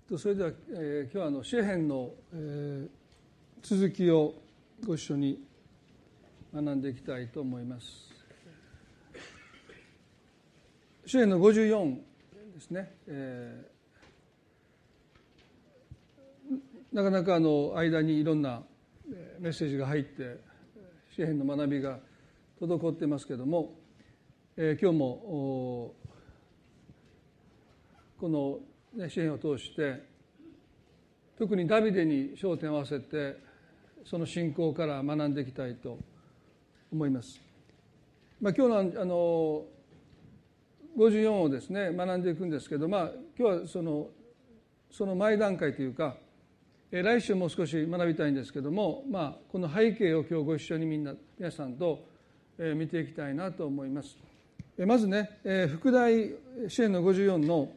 それでは、今日は詩編の、続きをご一緒に学んでいきたいと思います。詩編の54ですね。なかなか間にいろんなメッセージが入って詩編の学びが滞っていますけれども、今日もこの詩編を通して特にダビデに焦点を合わせてその信仰から学んでいきたいと思います。今日の54をですね学んでいくんですけど、今日はその前段階というか、来週も少し学びたいんですけども、この背景を今日ご一緒に皆さんと見ていきたいなと思います。まずね、副題詩編の54の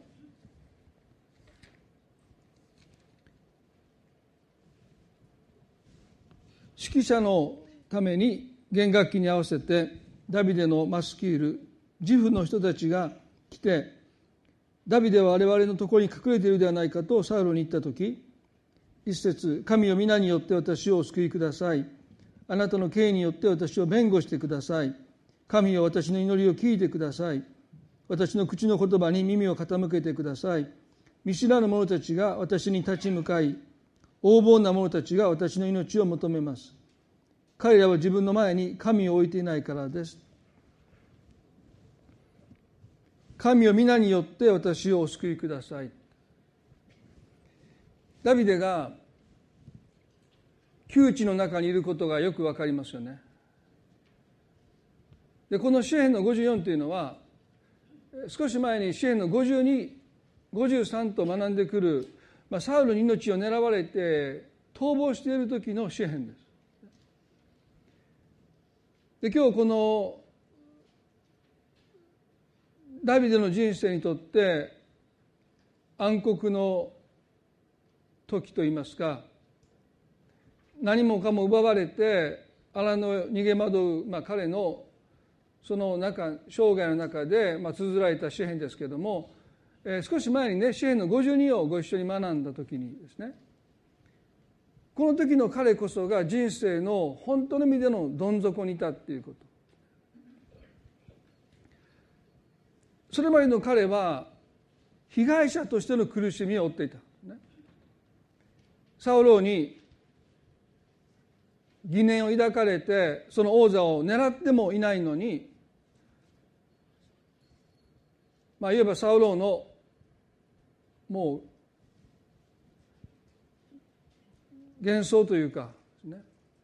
指揮者のために弦楽器に合わせてダビデのマスキール自負の人たちが来て、ダビデは我々のところに隠れているではないかとサウロに言ったとき、一節、神を皆によって私をお救いください。あなたの刑によって私を弁護してください。神よ、私の祈りを聞いてください。私の口の言葉に耳を傾けてください。見知らぬ者たちが私に立ち向かい、横暴な者たちが私の命を求めます。彼らは自分の前に神を置いていないからです。神を皆によって私をお救いください。ダビデが窮地の中にいることがよくわかりますよね。で、この詩編の54というのは少し前に詩編の52、53と学んでくる、サウルに命を狙われて逃亡している時の詩編です。で、今日このダビデの人生にとって暗黒の時といいますか、何もかも奪われて荒野逃げ惑う、彼のその生涯の中で綴られた詩編ですけれども、少し前にね詩編の52をご一緒に学んだ時にですね、この時の彼こそが人生の本当の意味でのどん底にいたっていうこと。それまでの彼は被害者としての苦しみを負っていた、サウロに疑念を抱かれてその王座を狙ってもいないのに、いわばサウロのもう幻想というかね、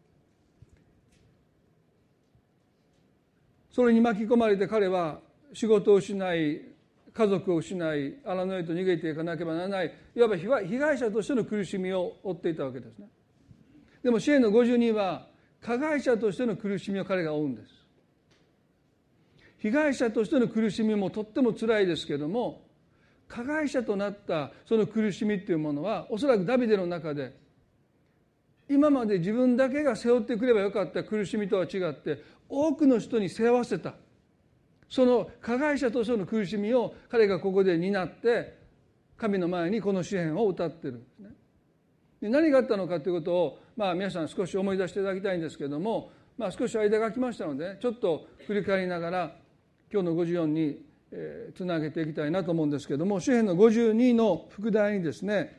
それに巻き込まれて彼は仕事を失い家族を失い荒野へと逃げていかなければならない、いわば被害者としての苦しみを負っていたわけですね。でも詩編の52は加害者としての苦しみを彼が負うんです。被害者としての苦しみもとっても辛いですけども、加害者となったその苦しみっていうものはおそらくダビデの中で今まで自分だけが背負ってくればよかった苦しみとは違って多くの人に背負わせた、その加害者としての苦しみを彼がここで担って神の前にこの詩編を歌ってるんですね。で、何があったのかということを、皆さん少し思い出していただきたいんですけれども、少し間が空きましたのでちょっと振り返りながら今日の54につなげていきたいなと思うんですけれども、詩編の52の副題にですね、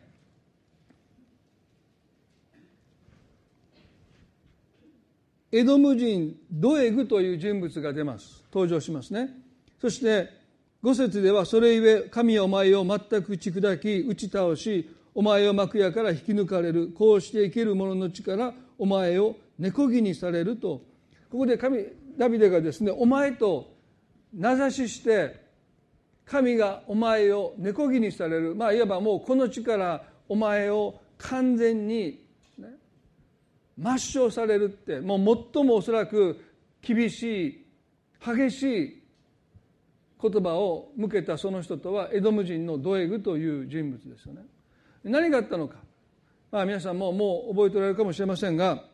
エドム人ドエグという人物が登場しますね。そして5節では、それゆえ神はお前を全く打ち砕き打ち倒し、お前を幕屋から引き抜かれる、こうして生きる者の力お前を根こぎにされると、ここでダビデがですね、お前と名指しして神がお前を根こぎにされる、いわばもうこの地からお前を完全に抹消されるって、もう最もおそらく厳しい激しい言葉を向けたその人とはエドム人のドエグという人物ですよね。何があったのか、皆さんもう覚えておられるかもしれませんが、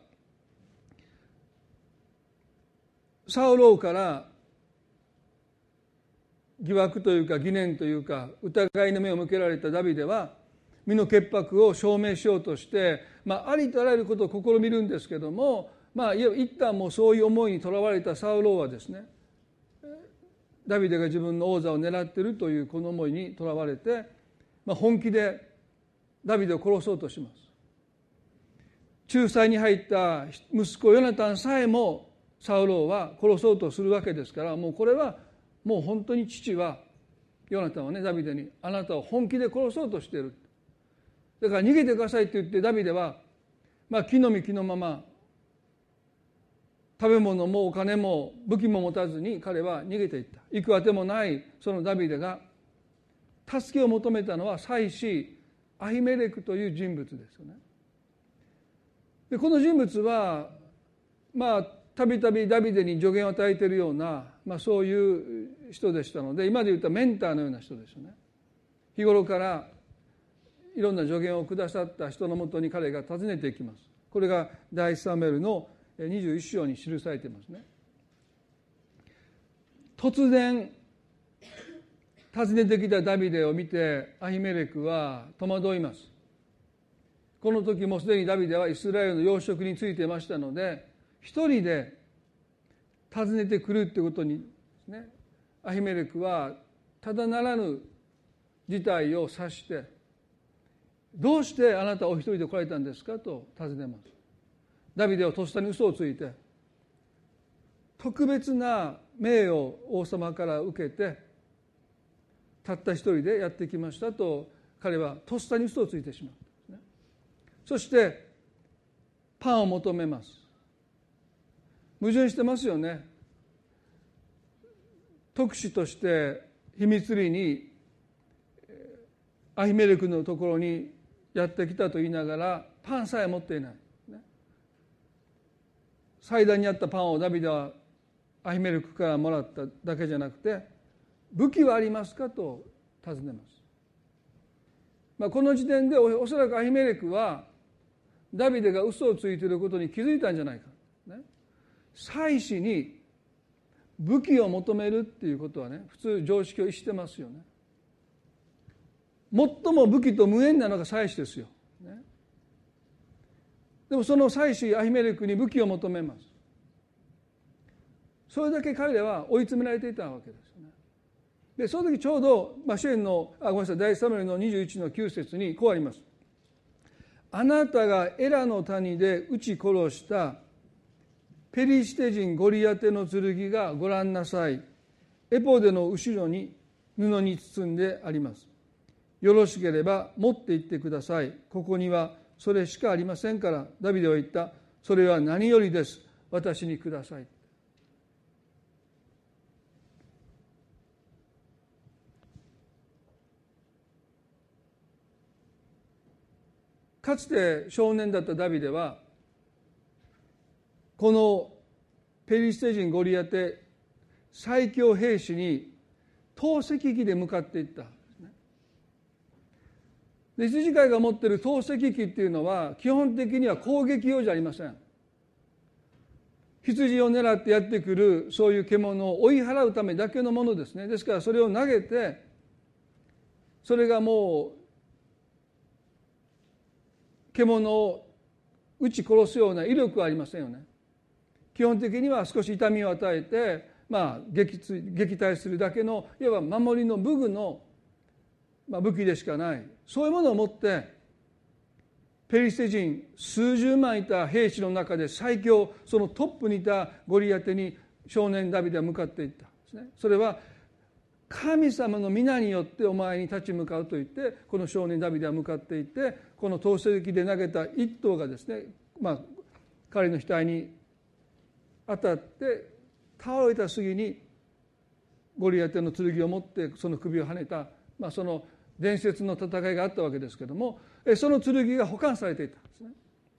サウロ王から疑惑というか疑念というか疑いの目を向けられたダビデは、 身の潔白を証明しようとして、ありとあらゆることを試みるんですけども、一旦もうそういう思いにとらわれたサウロはですね、ダビデが自分の王座を狙っているというこの思いにとらわれて、本気でダビデを殺そうとします。仲裁に入った息子ヨナタンさえもサウロは殺そうとするわけですから、もうこれはもう本当に父はヨナタンはね、ダビデにあなたを本気で殺そうとしている、だから逃げてくださいって言って、ダビデは気の身気のまま食べ物もお金も武器も持たずに彼は逃げていった。行くあてもないそのダビデが助けを求めたのは祭司アヒメレクという人物ですよね。でこの人物はたびたびダビデに助言を与えているような、そういう人でしたので、今で言ったメンターのような人ですよね。日頃からいろんな助言をくださった人のもとに彼が訪ねていきます。これが第一サムエルの21章に記されていますね。突然訪ねてきたダビデを見てアヒメレクは戸惑います。この時もすでにダビデはイスラエルの要職についていましたので、一人で訪ねてくるということにですね、アヒメレクはただならぬ事態を察して、どうしてあなたお一人で来られたんですかと尋ねます。ダビデはとっさに嘘をついて、特別な命を王様から受けてたった一人でやってきましたと彼はとっさに嘘をついてしまった、そしてパンを求めます。矛盾してますよね。特使として秘密裏にアヒメレクのところにやってきたと言いながらパンさえ持っていない。祭壇にあったパンをダビデはアヒメレクからもらっただけじゃなくて、武器はありますかと尋ねます。この時点でおそらくアヒメレクはダビデが嘘をついていることに気づいたんじゃないか、祭司に武器を求めるっていうことはね、普通常識を逸してますよね。最も武器と無縁なのが祭司ですよ、でもその祭司アヒメレクに武器を求めます。それだけ彼らは追い詰められていたわけですよね。でその時ちょうどシェーンの第一サムエルの21の9節にこうあります。あなたがエラの谷で撃ち殺したペリシテ人ゴリアテの剣がご覧なさい。エポデの後ろに布に包んであります。よろしければ持って行ってください。ここにはそれしかありませんから。ダビデは言った。それは何よりです。私にください。かつて少年だったダビデはこのペリシテ人ゴリアテ最強兵士に投石機で向かっていった。で羊飼いが持っている投石機っていうのは基本的には攻撃用じゃありません。羊を狙ってやってくるそういう獣を追い払うためだけのものですね。ですからそれを投げて、それがもう獣を撃ち殺すような威力はありませんよね。基本的には少し痛みを与えて、撃退するだけのいわば守りの武具の、武器でしかない。そういうものを持ってペリシテ人数十万いた兵士の中で最強、そのトップにいたゴリアテに少年ダビデは向かっていったんですね。それは神様の皆によってお前に立ち向かうと言って、この少年ダビデは向かっていって、この投石機で投げた一頭がですね、彼の額に当たって倒れた隙にゴリアテの剣を持ってその首をはねた、その伝説の戦いがあったわけですけども、その剣が保管されていたんですね。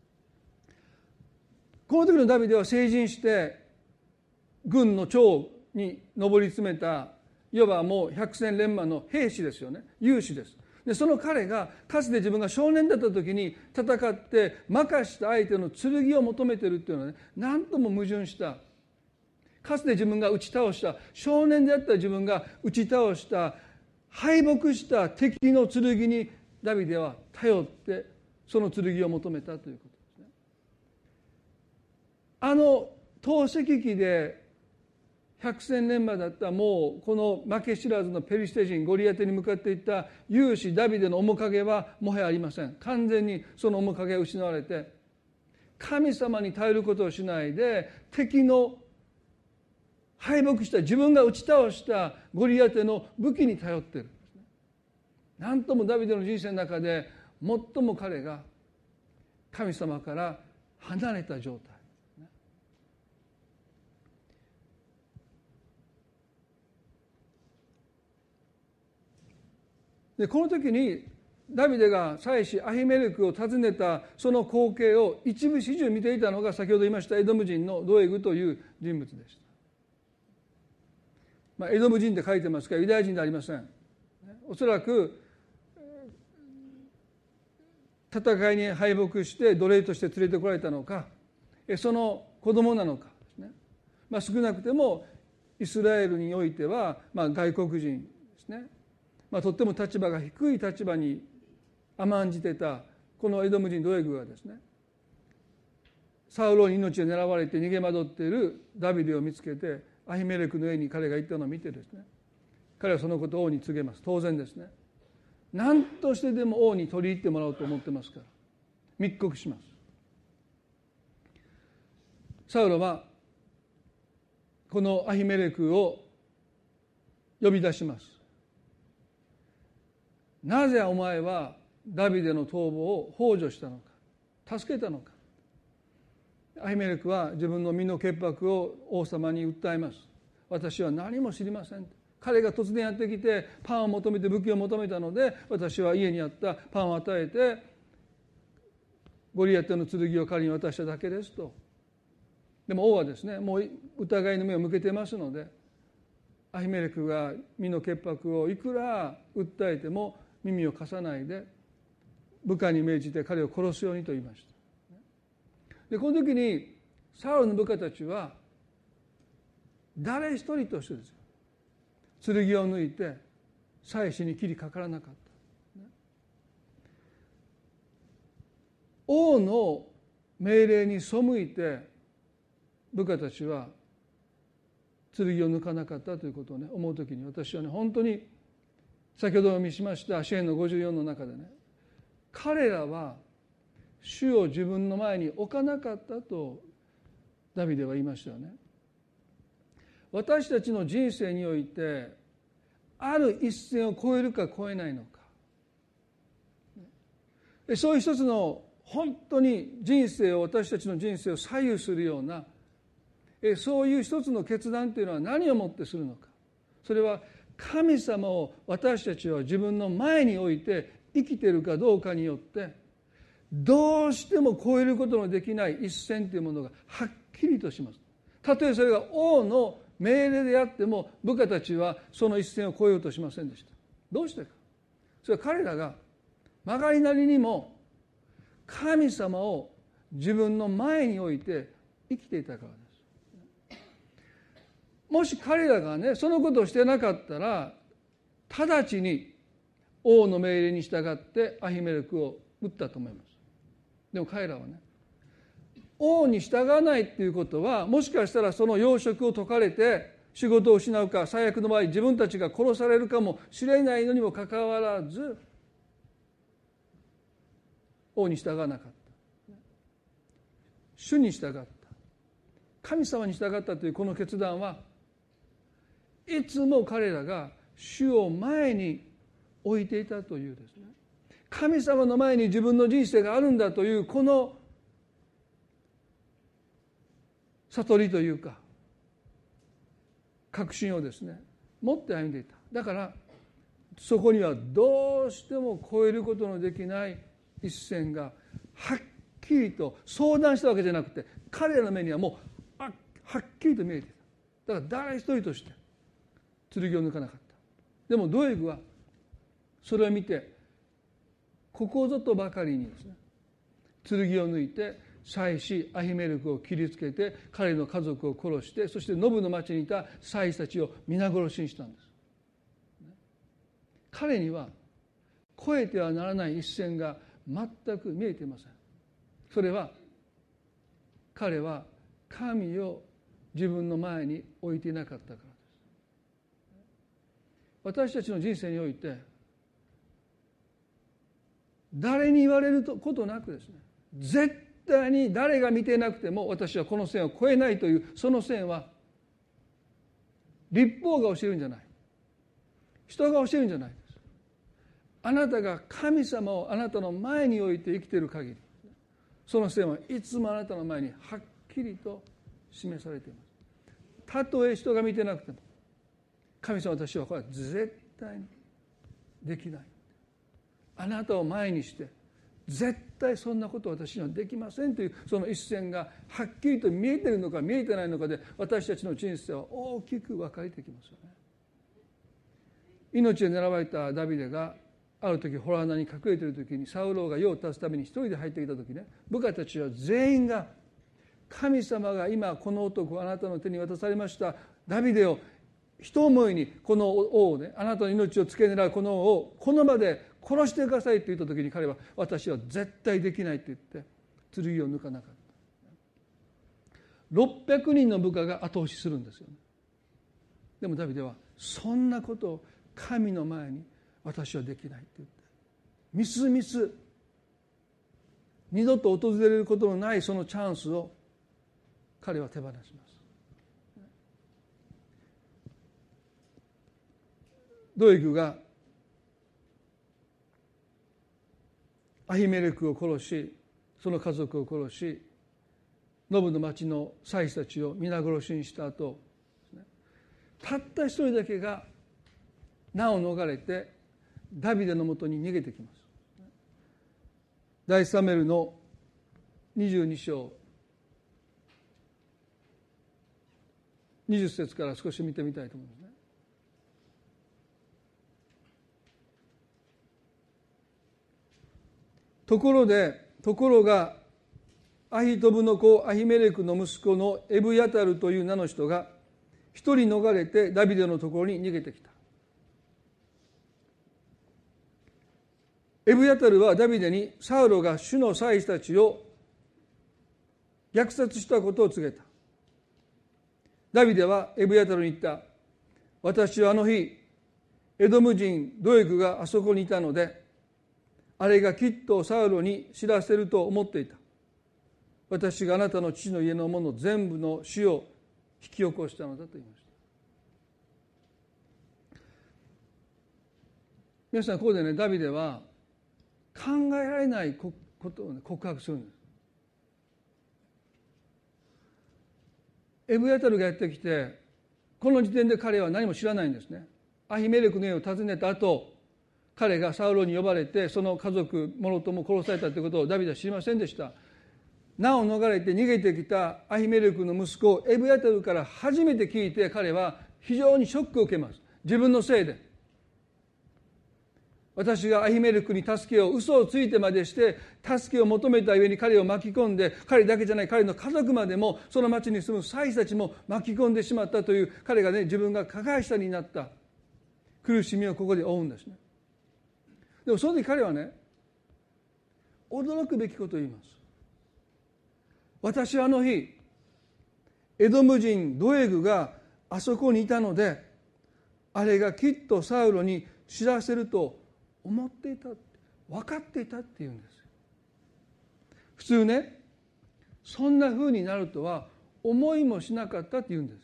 この時のダビデは成人して軍の長に上り詰めた、いわばもう百戦錬磨の兵士ですよね。勇士です。でその彼がかつて自分が少年だった時に戦って負かした相手の剣を求めているっていうのはね、何とも矛盾した、かつて自分が打ち倒した、少年であった自分が打ち倒した敗北した敵の剣にダビデは頼ってその剣を求めたということですね。投石機で百戦錬磨だったもうこの負け知らずのペリシテ人ゴリアテに向かっていった勇士ダビデの面影はもはやありません。完全にその面影が失われて、神様に頼ることをしないで敵の敗北した自分が打ち倒したゴリアテの武器に頼っているんですね。なんともダビデの人生の中で最も彼が神様から離れた状態。でこの時にダビデが妻子アヒメレクを訪ねたその光景を一部始終見ていたのが先ほど言いましたエドム人のドエグという人物でした。エドム人って書いてますからユダヤ人ではありません。おそらく戦いに敗北して奴隷として連れてこられたのか、その子供なのかですね。少なくてもイスラエルにおいては外国人ですね。とっても立場が低い立場に甘んじてたこのエドム人ドエグがですね、サウロに命を狙われて逃げ惑っているダビデを見つけてアヒメレクの家に彼が行ったのを見てですね、彼はそのことを王に告げます。当然ですね、何としてでも王に取り入ってもらおうと思ってますから密告します。サウロはこのアヒメレクを呼び出します。なぜお前はダビデの逃亡を幇助したのか、助けたのか。アヒメレクは自分の身の潔白を王様に訴えます。私は何も知りません。彼が突然やってきてパンを求めて武器を求めたので、私は家にあったパンを与えてゴリアテの剣を彼に渡しただけですと。でも王はですね、もう疑いの目を向けてますので、アヒメレクが身の潔白をいくら訴えても耳を貸さないで部下に命じて彼を殺すようにと言いました。でこの時にサウルの部下たちは誰一人としてですよ、剣を抜いて妻子に切りかからなかった。王の命令に背いて部下たちは剣を抜かなかったということをね、思うときに私はね、本当に先ほどお読みしました詩編の54の中でね、彼らは主を自分の前に置かなかったとダビデは言いましたよね。私たちの人生においてある一線を越えるか越えないのか、そういう一つの本当に私たちの人生を左右するようなそういう一つの決断というのは何をもってするのか。それは神様を私たちは自分の前に置いて生きているかどうかによってどうしても越えることのできない一線というものがはっきりとします。たとえそれが王の命令であっても部下たちはその一線を越えようとしませんでした。どうしてか。それは彼らが曲がりなりにも神様を自分の前に置いて生きていたからです。もし彼らがね、そのことをしてなかったら直ちに王の命令に従ってアヒメレクを撃ったと思います。でも彼らはね、王に従わないっていうことは、もしかしたらその要職を解かれて仕事を失うか、最悪の場合自分たちが殺されるかもしれないのにもかかわらず王に従わなかった、主に従った、神様に従ったというこの決断はいつも彼らが主を前に置いていたというですね、神様の前に自分の人生があるんだというこの悟りというか確信をですね持って歩んでいた。だからそこにはどうしても越えることのできない一線がはっきりと、相談したわけじゃなくて彼らの目にはもうはっきりと見えていた。だから誰一人として剣を抜かなかった。でもドエグはそれを見てここぞとばかりにですね、剣を抜いて妻子アヒメレクを切りつけて彼の家族を殺して、そしてノブの町にいた妻子たちを皆殺しにしたんです。彼には越えてはならない一線が全く見えていません。それは彼は神を自分の前に置いていなかったからです。私たちの人生において誰に言われることなくですね、絶対に誰が見ていなくても私はこの線を越えないという、その線は律法が教えるんじゃない、人が教えるんじゃないです。あなたが神様をあなたの前に置いて生きている限り、その線はいつもあなたの前にはっきりと示されています。たとえ人が見てなくても、神様、私はこれは絶対にできない、あなたを前にして絶対そんなことは私にはできませんという、その一線がはっきりと見えているのか見えてないのかで、私たちの人生は大きく分かれてきますよね。命で狙われたダビデがある時洞穴に隠れている時に、サウロが用を足すために一人で入ってきた時ね、部下たちは全員が、神様が今この男をあなたの手に渡されました、ダビデを一思いにこの王をね、あなたの命を付け狙うこの王をこの場で殺してくださいと言った時に、彼は私は絶対できないと言って剣を抜かなかった。600人の部下が後押しするんですよね。でもダビデはそんなことを神の前に私はできないって言って、みすみす二度と訪れることのないそのチャンスを彼は手放します。ドエグがアヒメレクを殺し、その家族を殺し、ノブの町の祭司たちを皆殺しにした後、たった一人だけが名を逃れてダビデのもとに逃げてきます。第一サムエルの22章20節から少し見てみたいと思いますね。ところがアヒトブの子アヒメレクの息子のエブヤタルという名の人が一人逃れてダビデのところに逃げてきた。エブヤタルはダビデにサウロが主の祭司たちを虐殺したことを告げた。ダビデはエブヤタルに言った。私はあの日エドム人ドエグがあそこにいたので、あれがきっとサウロに知らせると思っていた。私があなたの父の家の者全部の死を引き起こしたのだと言いました。皆さん、ここでね、ダビデは考えられないことを、ね、告白するんです。エブヤタルがやってきて、この時点で彼は何も知らないんですね。アヒメレクの家を訪ねた後、彼がサウロに呼ばれてその家族もろとも殺されたということをダビデは知りませんでした。名を逃れて逃げてきたアヒメレクの息子エブヤタルから初めて聞いて、彼は非常にショックを受けます。自分のせいで、私がアヒメレクに助けを嘘をついてまでして助けを求めた上に彼を巻き込んで、彼だけじゃない彼の家族までもその町に住む祭司たちも巻き込んでしまったという、彼がね、自分が加害者になった苦しみをここで負うんですね。でもその時彼はね、驚くべきことを言います。私はあの日エドム人ドエグがあそこにいたので、あれがきっとサウロに知らせると思っていた、分かっていたって言うんです。普通ね、そんな風になるとは思いもしなかったって言うんです。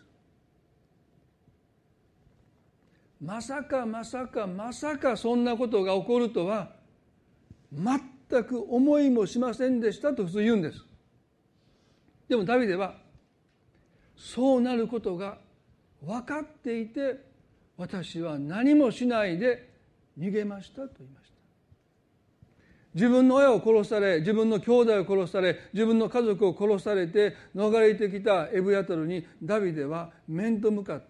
まさかそんなことが起こるとは全く思いもしませんでしたと普通言うんです。でもダビデはそうなることが分かっていて、私は何もしないで逃げましたと言いました。自分の親を殺され、自分の兄弟を殺され、自分の家族を殺されて逃れてきたエブヤタルにダビデは面と向かって、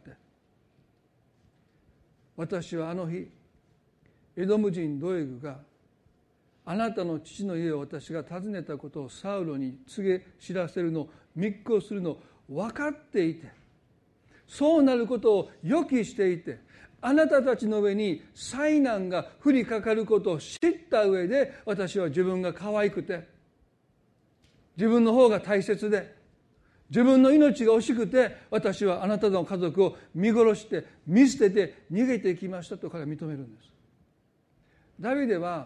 私はあの日エドム人ドエグがあなたの父の家を私が訪ねたことをサウロに告げ知らせるの、密航するのを分かっていて、そうなることを予期していて、 あなたたちの上に災難が降りかかることを知った上で、私は自分が可愛くて、自分の方が大切で、自分の命が惜しくて、私はあなたの家族を見殺して見捨てて逃げていきましたと彼は認めるんです。ダビデは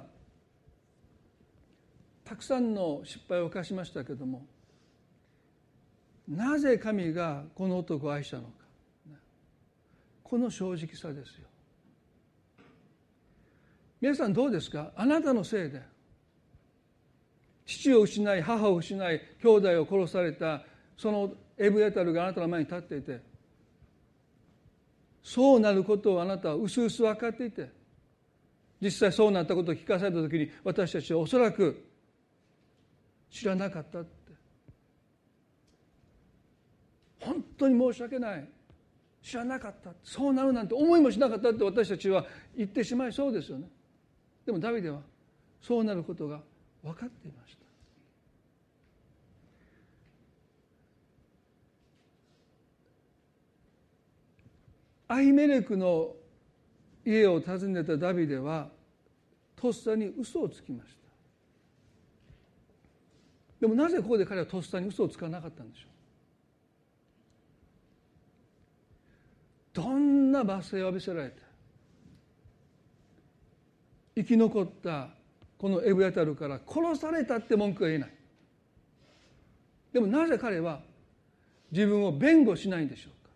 たくさんの失敗を犯しましたけども、なぜ神がこの男を愛したのか、この正直さですよ。皆さんどうですか？あなたのせいで父を失い母を失い兄弟を殺されたそのエブヤタルがあなたの前に立っていて、そうなることをあなたはうすうす分かっていて、実際そうなったことを聞かされた時に、私たちはおそらく知らなかったって、本当に申し訳ない、知らなかった、そうなるなんて思いもしなかったって私たちは言ってしまいそうですよね。でもダビデはそうなることが分かっていました。アヒメレクの家を訪ねたダビデはとっさに嘘をつきました。でもなぜここで彼はとっさに嘘をつかなかったんでしょう。どんな罵声を浴びせられて生き残ったこのエブヤタルから殺されたって文句が言えない。でもなぜ彼は自分を弁護しないんでしょうか。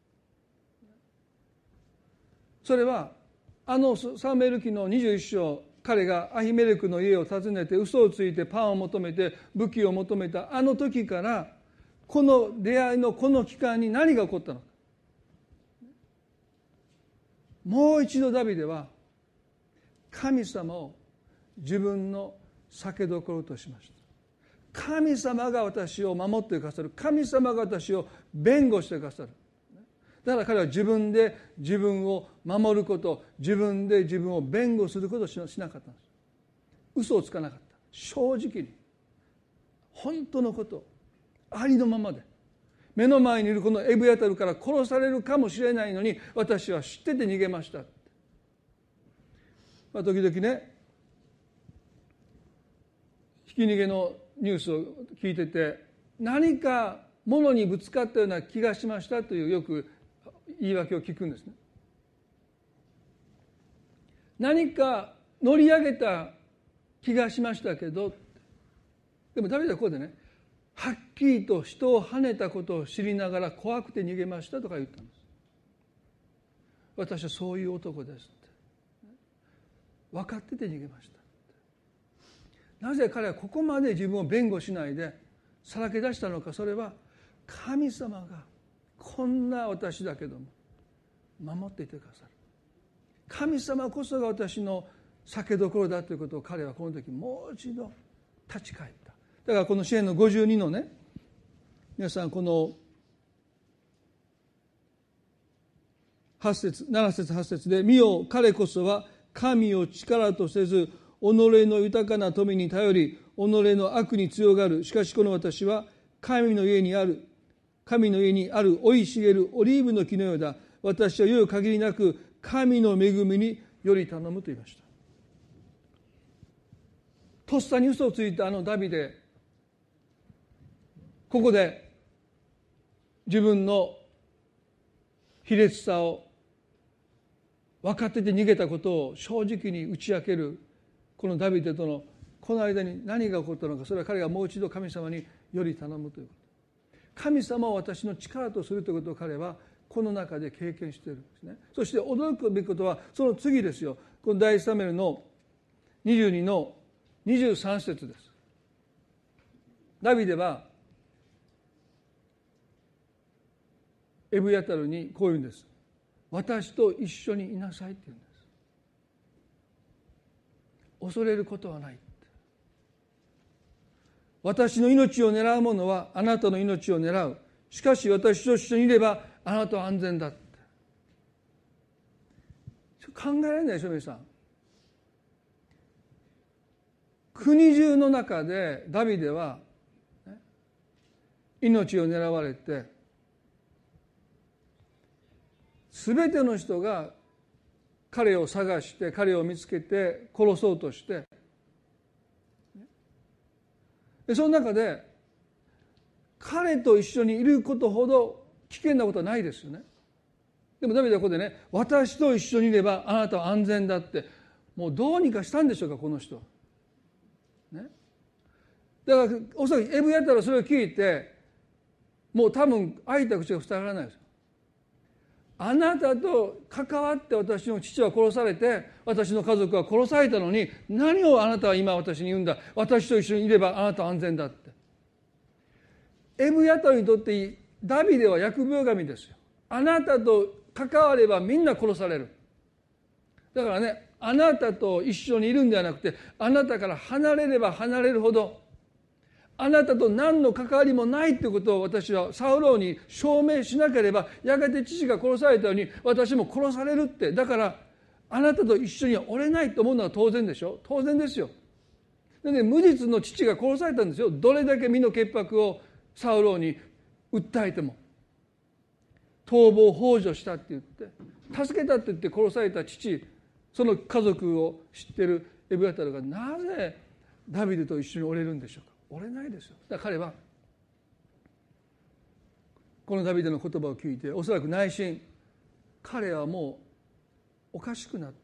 それはサムエル記の21章、彼がアヒメレクの家を訪ねて嘘をついてパンを求めて武器を求めた時からこの出会いのこの期間に何が起こったのか。もう一度ダビデは神様を自分の酒どころとしました。神様が私を守ってくださる、神様が私を弁護してくださる。だから彼は自分で自分を守ること、自分で自分を弁護することをしなかったんです。嘘をつかなかった。正直に本当のことありのままで、目の前にいるこのエブヤタルから殺されるかもしれないのに私は知ってて逃げました。時々ね、ひき逃げのニュースを聞いてて、何か物にぶつかったような気がしましたというよく言い訳を聞くんですね。何か乗り上げた気がしましたけど、でもダビデはここでね、はっきりと人を跳ねたことを知りながら怖くて逃げましたとか言ったんです。私はそういう男ですって、分かってて逃げました。なぜ彼はここまで自分を弁護しないでさらけ出したのか。それは神様がこんな私だけども守っていてくださる、神様こそが私の酒どころだということを彼はこの時もう一度立ち返った。だからこの詩篇の52のね、皆さんこの8節7節8節で、見よ彼こそは神を力とせず己の豊かな富に頼り己の悪に強がる。しかしこの私は神の家にある生い茂るオリーブの木のようだ。私は良い限りなく神の恵みにより頼むと言いました。とっさに嘘をついたダビデ、ここで自分の卑劣さを分かってて逃げたことを正直に打ち明けるこのダビデとのこの間に何が起こったのか。それは彼がもう一度神様により頼むということ。神様を私の力とするということを彼はこの中で経験しているんですね。そして驚くべきことはその次ですよ。この第一サムエルの22の23節です。ダビデはエブヤタルにこう言うんです。私と一緒にいなさいって言うんです。恐れることはない。私の命を狙う者はあなたの命を狙う。しかし私と一緒にいればあなたは安全だって。考えられないでしょ皆さん。国中の中でダビデは命を狙われて、全ての人が彼を探して彼を見つけて殺そうとして、でその中で彼と一緒にいることほど危険なことはないですよね。でもダビデはここでね、私と一緒にいればあなたは安全だって、もうどうにかしたんでしょうか、この人は、ね、だからおそらくエブヤタラはそれを聞いて、もう多分開いた口が塞がらないですよ。あなたと関わって私の父は殺されて私の家族は殺されたのに、何をあなたは今私に言うんだ、私と一緒にいればあなたは安全だって。エブヤタラにとってダビデは疫病神ですよ。あなたと関わればみんな殺される。だからね、あなたと一緒にいるんではなくて、あなたから離れれば離れるほど、あなたと何の関わりもないということを私はサウロに証明しなければ、やがて父が殺されたように私も殺されるって。だからあなたと一緒にはおれないと思うのは当然でしょ。当然ですよ。でね、無実の父が殺されたんですよ。どれだけ身の潔白をサウロに訴えても。逃亡幇助したって言って、助けたって言って殺された父、その家族を知っているエブヤタラがなぜダビデと一緒におれるんでしょうか。おれないですよ。だから彼はこのダビデの言葉を聞いて、おそらく内心彼はもうおかしくなった。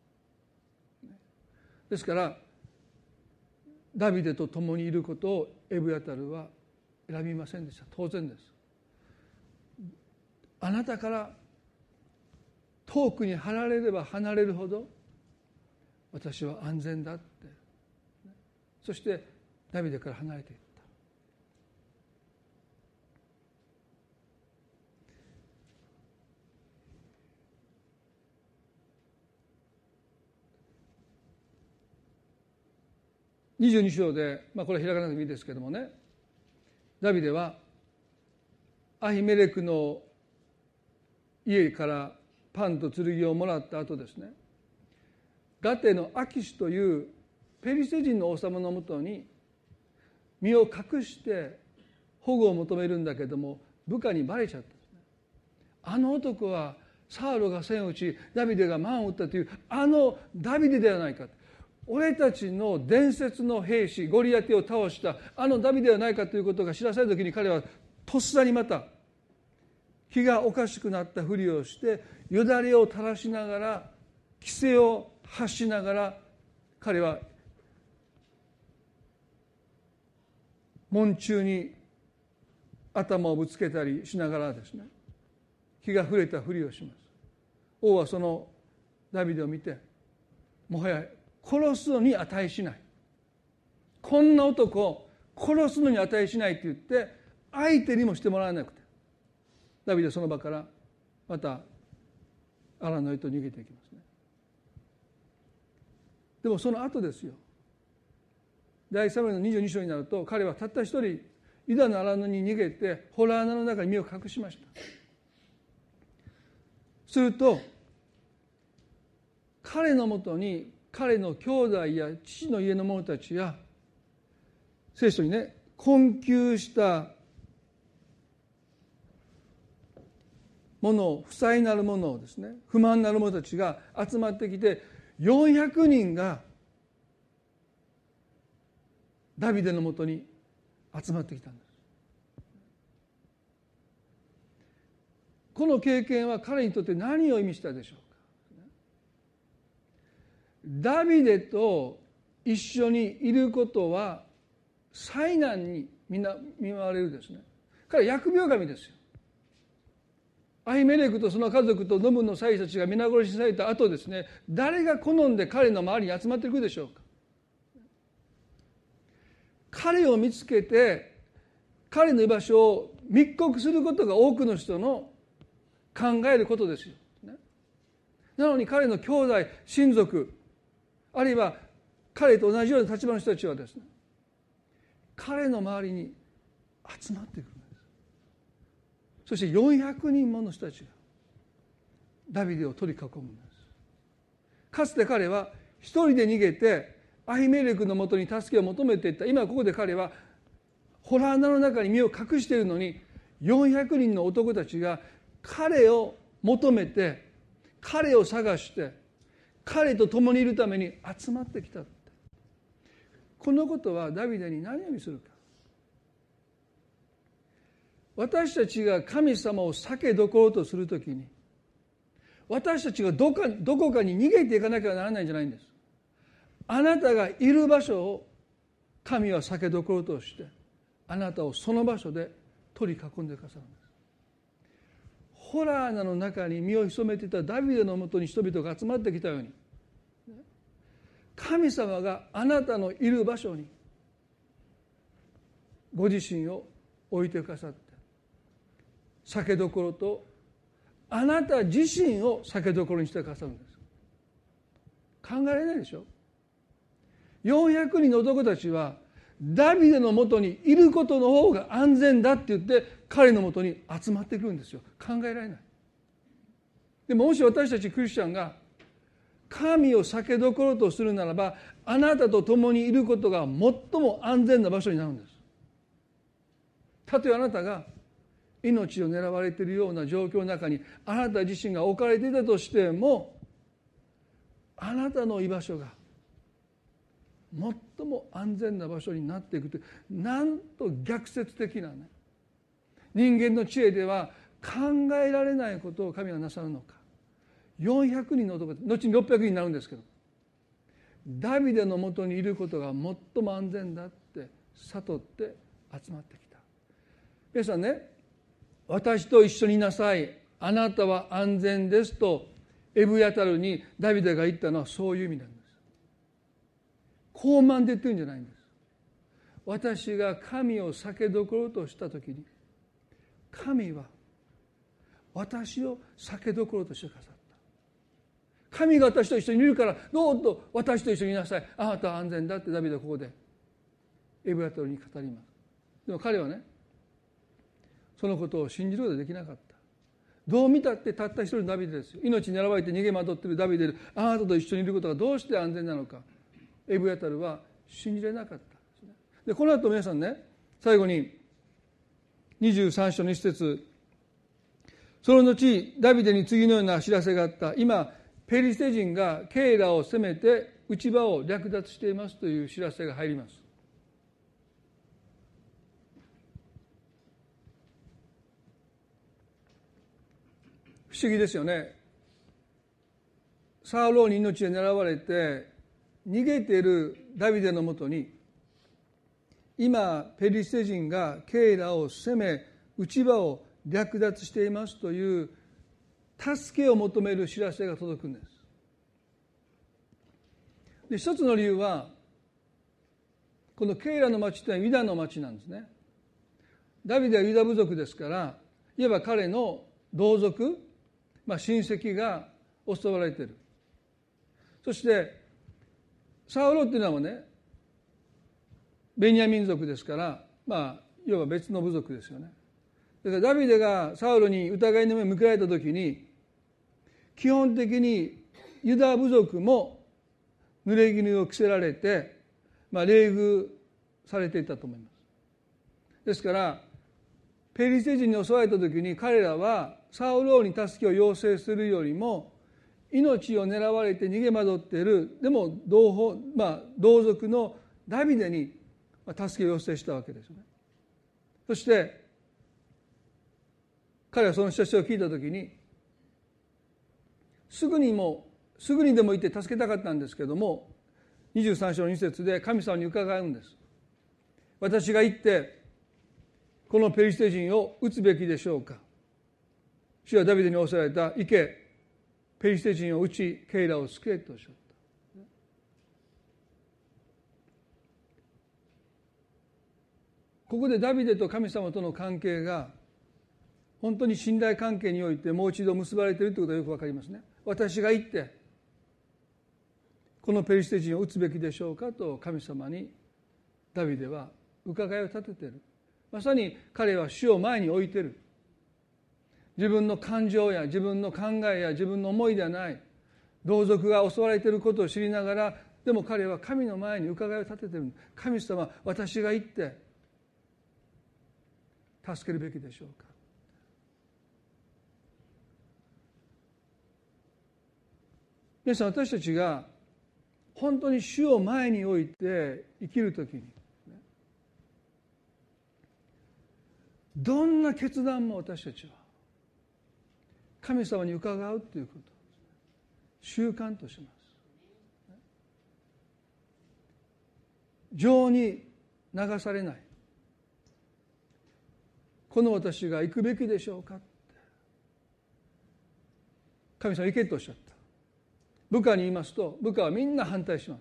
ですからダビデと共にいることをエブヤタルは選びませんでした。当然です。あなたから遠くに離れれば離れるほど私は安全だって。そしてダビデから離れていった。22章で、これ開かなくてもいいですけどもね、ダビデはアヒメレクの家からパンと剣をもらった後ですね、ガテのアキシというペリシテ人の王様のもとに身を隠して保護を求めるんだけども、部下にバレちゃったんですね。あの男はサウロが千を打ちダビデが万を打ったというあのダビデではないか、俺たちの伝説の兵士ゴリアテを倒したあのダビデではないかということが知らされた時に、彼はとっさにまた気がおかしくなったふりをしてよだれを垂らしながら奇声を発しながら、彼は門中に頭をぶつけたりしながらですね、気が触れたふりをします。王はそのダビデを見て、もはや殺すのに値しない、こんな男を殺すのに値しないって言って相手にもしてもらわなくて、ダビデはその場からまたアラノへと逃げていきますね。でもその後ですよ、第3章の22章になると、彼はたった一人ユダのアラノに逃げてホラー穴の中に身を隠しました。すると彼のもとに彼の兄弟や父の家の者たちや、聖書にね、困窮したものを、負債なるものをですね、不満なる者たちが集まってきて、400人がダビデのもとに集まってきたんです。この経験は彼にとって何を意味したでしょうか。ダビデと一緒にいることは災難に見舞われるですね。彼は疫病神ですよ。アヒメレクとその家族とノブの祭司たちが皆殺しにされた後ですね、誰が好んで彼の周りに集まってくるでしょうか。彼を見つけて彼の居場所を密告することが多くの人の考えることですよ。なのに彼の兄弟親族、あるいは彼と同じような立場の人たちはですね、彼の周りに集まってくるんです。そして400人もの人たちがダビデを取り囲むんです。かつて彼は一人で逃げてアヒメレクのもとに助けを求めていった。今ここで彼はホラー穴の中に身を隠しているのに、400人の男たちが彼を求めて彼を探して彼と共にいるために集まってきた。このことはダビデに何を意味するか。私たちが神様を避けどころとするときに、私たちがどこかに逃げていかなきゃならないんじゃないんです。あなたがいる場所を神は避けどころとして、あなたをその場所で取り囲んでくださるんです。ホラー穴の中に身を潜めていたダビデのもとに人々が集まってきたように、神様があなたのいる場所にご自身を置いてくださって、避けどころとあなた自身を避けどころにしてくださるんです。考えられないでしょ。400人の男たちはダビデのもとにいることの方が安全だって言って彼のもとに集まってくるんですよ。考えられない。でももし私たちクリスチャンが神を避けどころとするならば、あなたと共にいることが最も安全な場所になるんです。たとえあなたが命を狙われているような状況の中にあなた自身が置かれていたとしても、あなたの居場所が最も安全な場所になっていくという、なんと逆説的なね、人間の知恵では考えられないことを神はなさるのか。400人の男、後に600人になるんですけど、ダビデのもとにいることが最も安全だって悟って集まってきた。皆さんね、私と一緒にいなさい、あなたは安全ですとエブヤタルにダビデが言ったのはそういう意味なんです。高慢で言ってるんじゃないんです。私が神を避けどころとしたときに、神は私を避けどころとしてくださった。神が私と一緒にいるからどうぞ私と一緒にいなさい、あなたは安全だってダビデはここでエブヤタルに語ります。でも彼はね、そのことを信じることができなかった。どう見たってたった一人のダビデですよ。命に狙われて逃げ惑っているダビデで、あなたと一緒にいることがどうして安全なのか、エブヤタルは信じられなかったんですね。でこの後皆さんね、最後に23章の一節、その後ダビデに次のような知らせがあった。今ペリシテ人がケイラを攻めて内場を略奪していますという知らせが入ります。不思議ですよね。サウロに命を狙われて逃げているダビデのもとに、今ペリシテ人がケイラを攻め内場を略奪していますという助けを求める知らせが届くんです。で一つの理由は、このケイラの町というのはユダの町なんですね。ダビデはユダ部族ですから、いわば彼の同族、親戚が襲われている。そしてサウロっていうのはね、ベニヤ民族ですから、いわば別の部族ですよね。だからダビデがサウロに疑いの目を向けられたときに、基本的にユダ部族も濡れ衣を着せられて、冷遇されていたと思います。ですからペリシテ人に襲われたときに、彼らはサウル王に助けを要請するよりも、命を狙われて逃げ惑っている、でも同族のダビデに助けを要請したわけですよね。そして彼はその知らせを聞いたときに、すぐにでも行って助けたかったんですけども、23章の2節で神様に伺うんです。私が行ってこのペリシテ人を撃つべきでしょうか。主はダビデに仰せられた。行け、ペリシテ人を撃ちケイラを救えとおっしゃった。ここでダビデと神様との関係が本当に信頼関係においてもう一度結ばれているということがよくわかりますね。私が行ってこのペリシテ人を撃つべきでしょうかと神様にダビデは伺いを立てている。まさに彼は主を前に置いている。自分の感情や自分の考えや自分の思いではない、同族が襲われていることを知りながら、でも彼は神の前に伺いを立てている。神様、私が行って助けるべきでしょうか。 皆さん、私たちが本当に主を前に置いて生きるときに、どんな決断も私たちは神様に伺うということを習慣とします。情に流されない。この私が行くべきでしょうかって神様行けとおっしゃった。部下に言いますと、部下はみんな反対します。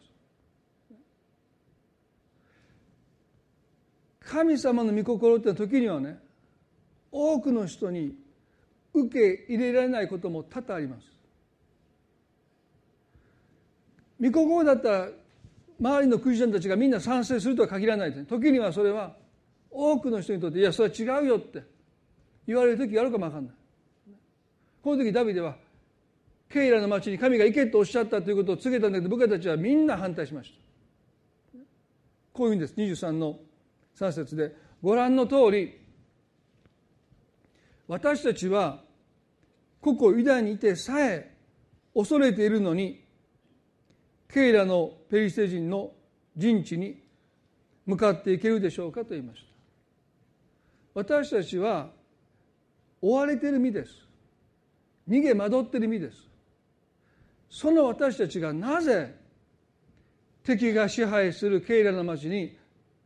神様の御心って時にはね、多くの人に受け入れられないことも多々あります。御心だったら周りのクリスチャンたちがみんな賛成するとは限らないですね。時にはそれは多くの人にとって、いやそれは違うよって言われる時があるかもわかんない。この時ダビデはケイラの町に神が行けとおっしゃったということを告げたんだけど、部下たちはみんな反対しました。こういうんです。23の3節で、ご覧の通り私たちはここユダにいてさえ恐れているのに、ケイラのペリシテ人の陣地に向かっていけるでしょうかと言いました。私たちは追われている身です。逃げ惑っている身です。その私たちがなぜ敵が支配するケイラの町に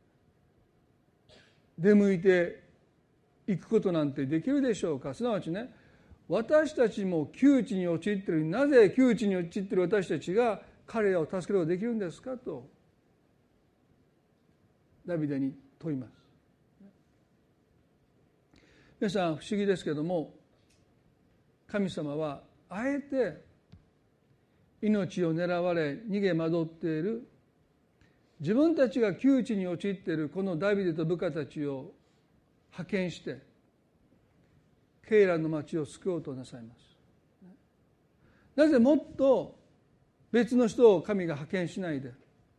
出向いていくことなんてできるでしょうか。すなわちね、私たちも窮地に陥っている。なぜ窮地に陥っている私たちが彼らを助けることができるんですかとダビデに問います。皆さん不思議ですけども、神様はあえて命を狙われ逃げ惑っている自分たちが窮地に陥っているこのダビデと部下たちを派遣してケイラの町を救おうとなさいます。なぜもっと別の人を神が派遣しないで、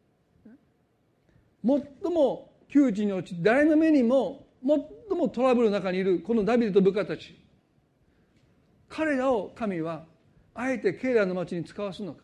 最も窮地に陥って誰の目にも最もトラブルの中にいるこのダビデと部下たち、彼らを神はあえてケイラの町に使わすのか。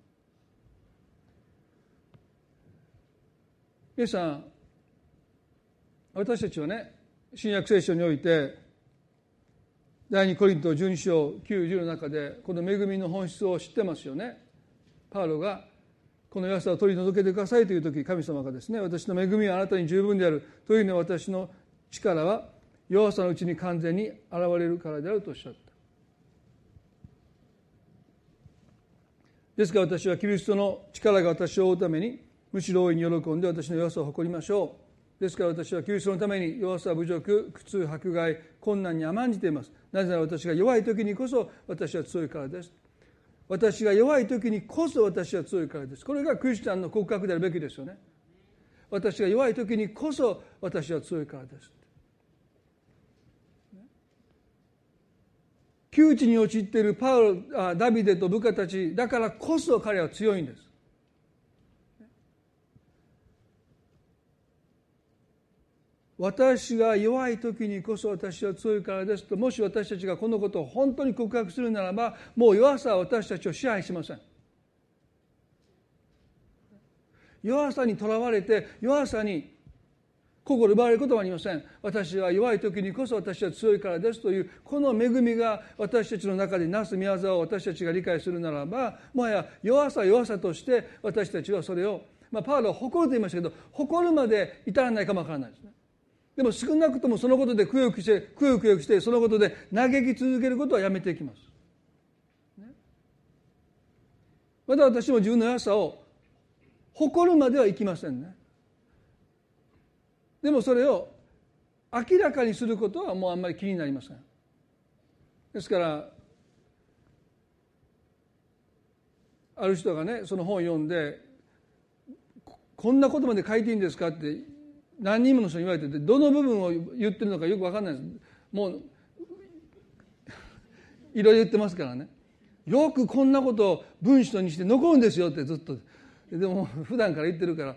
皆さん、私たちはね、新約聖書において第2コリント12章9、10の中でこの恵みの本質を知ってますよね。パウロがこの弱さを取り除けてくださいという時、神様がですね、私の恵みはあなたに十分であるというのは私の力は弱さのうちに完全に現れるからであるとおっしゃった。ですから私はキリストの力が私を負うためにむしろ大いに喜んで私の弱さを誇りましょう。ですから私はキリストのために弱さ、侮辱、苦痛、迫害、困難に甘んじています。なぜなら私が弱い時にこそ私は強いからです。私が弱い時にこそ私は強いからです。これがクリスチャンの告白であるべきですよね。私が弱い時にこそ私は強いからです。窮地に陥っているダビデと部下たちだからこそ彼は強いんです。私が弱い時にこそ私は強いからですと、もし私たちがこのことを本当に告白するならば、もう弱さは私たちを支配しません。弱さにとらわれて弱さに心奪われることはありません。私は弱い時にこそ私は強いからですというこの恵みが私たちの中でなす御業を私たちが理解するならば、もはや弱さとして私たちはそれを、パウロは誇ると言いましたけど、誇るまで至らないかもわからないですね。でも少なくともそのことでくよくよしてそのことで嘆き続けることはやめていきます。また私も自分の弱さを誇るまではいきませんね。でもそれを明らかにすることはもうあんまり気になりません。ですからある人がね、その本を読んでこんなことまで書いていいんですかって何人もの人に言われてて、どの部分を言ってるのかよく分かんないです。もういろいろ言ってますからね。よくこんなことを文章にして残るんですよってずっと。でも普段から言ってるから、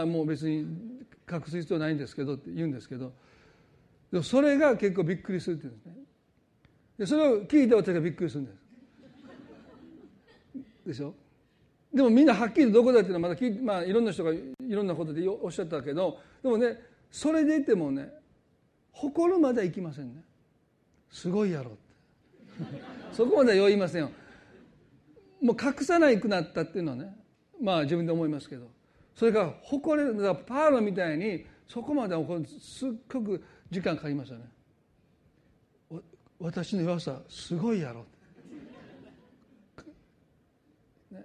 もう別に隠す必要ないんですけどって言うんですけど、でもそれが結構びっくりするって言うんですね。でそれを聞いて私がびっくりするんです。 でしょ。でもみんなはっきりどこだっていうのはまだいろんな人がいろんなことでおっしゃったけど、でもね、それでいてもね、誇るまではいきませんね。すごいやろってそこまでは言いませんよ。もう隠さないくなったっていうのはね、自分で思いますけど、それから誇れる、だからパウロみたいにそこまではすっごく時間かかりましたね。私の弱さすごいやろ、ね、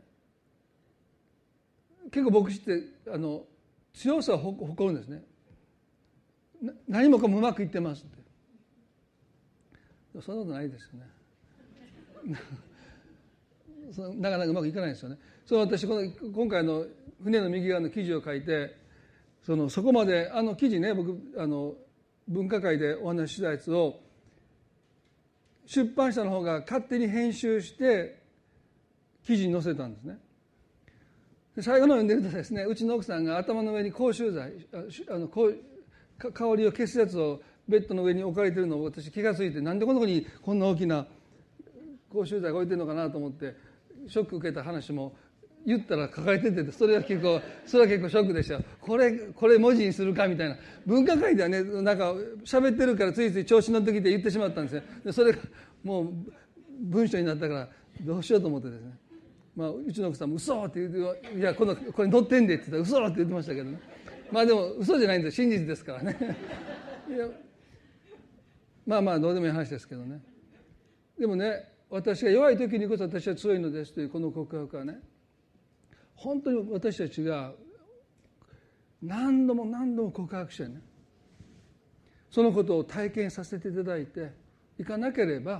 結構牧師って強さを誇るんですね。何もかもうまくいってますって。そんなことないですよねなかなかうまくいかないですよね。私今回の船の右側の記事を書いて、そこまで記事ね、僕文化会でお話ししたやつを出版社の方が勝手に編集して記事に載せたんですね。で最後の読んでるとですね、うちの奥さんが頭の上に口臭剤香りを消すやつをベッドの上に置かれているのを私気がついて、なんでこの子にこんな大きな口臭剤が置いてるのかなと思ってショック受けた話も言ったら書かれてて、それは結構ショックでした。これ文字にするかみたいな。文化会ではね、なんか喋ってるからついつい調子乗ってきて言ってしまったんですね。でそれがもう文章になったからどうしようと思ってですね、うちの奥さんも嘘って言うて、いやこれ載ってんでって言ったら嘘って言ってましたけどね。でも嘘じゃないんですよ、真実ですからねいやどうでもいい話ですけどね。でもね、私が弱い時にこそ私は強いのですというこの告白はね、本当に私たちが何度も告白してね、そのことを体験させていただいていかなければ、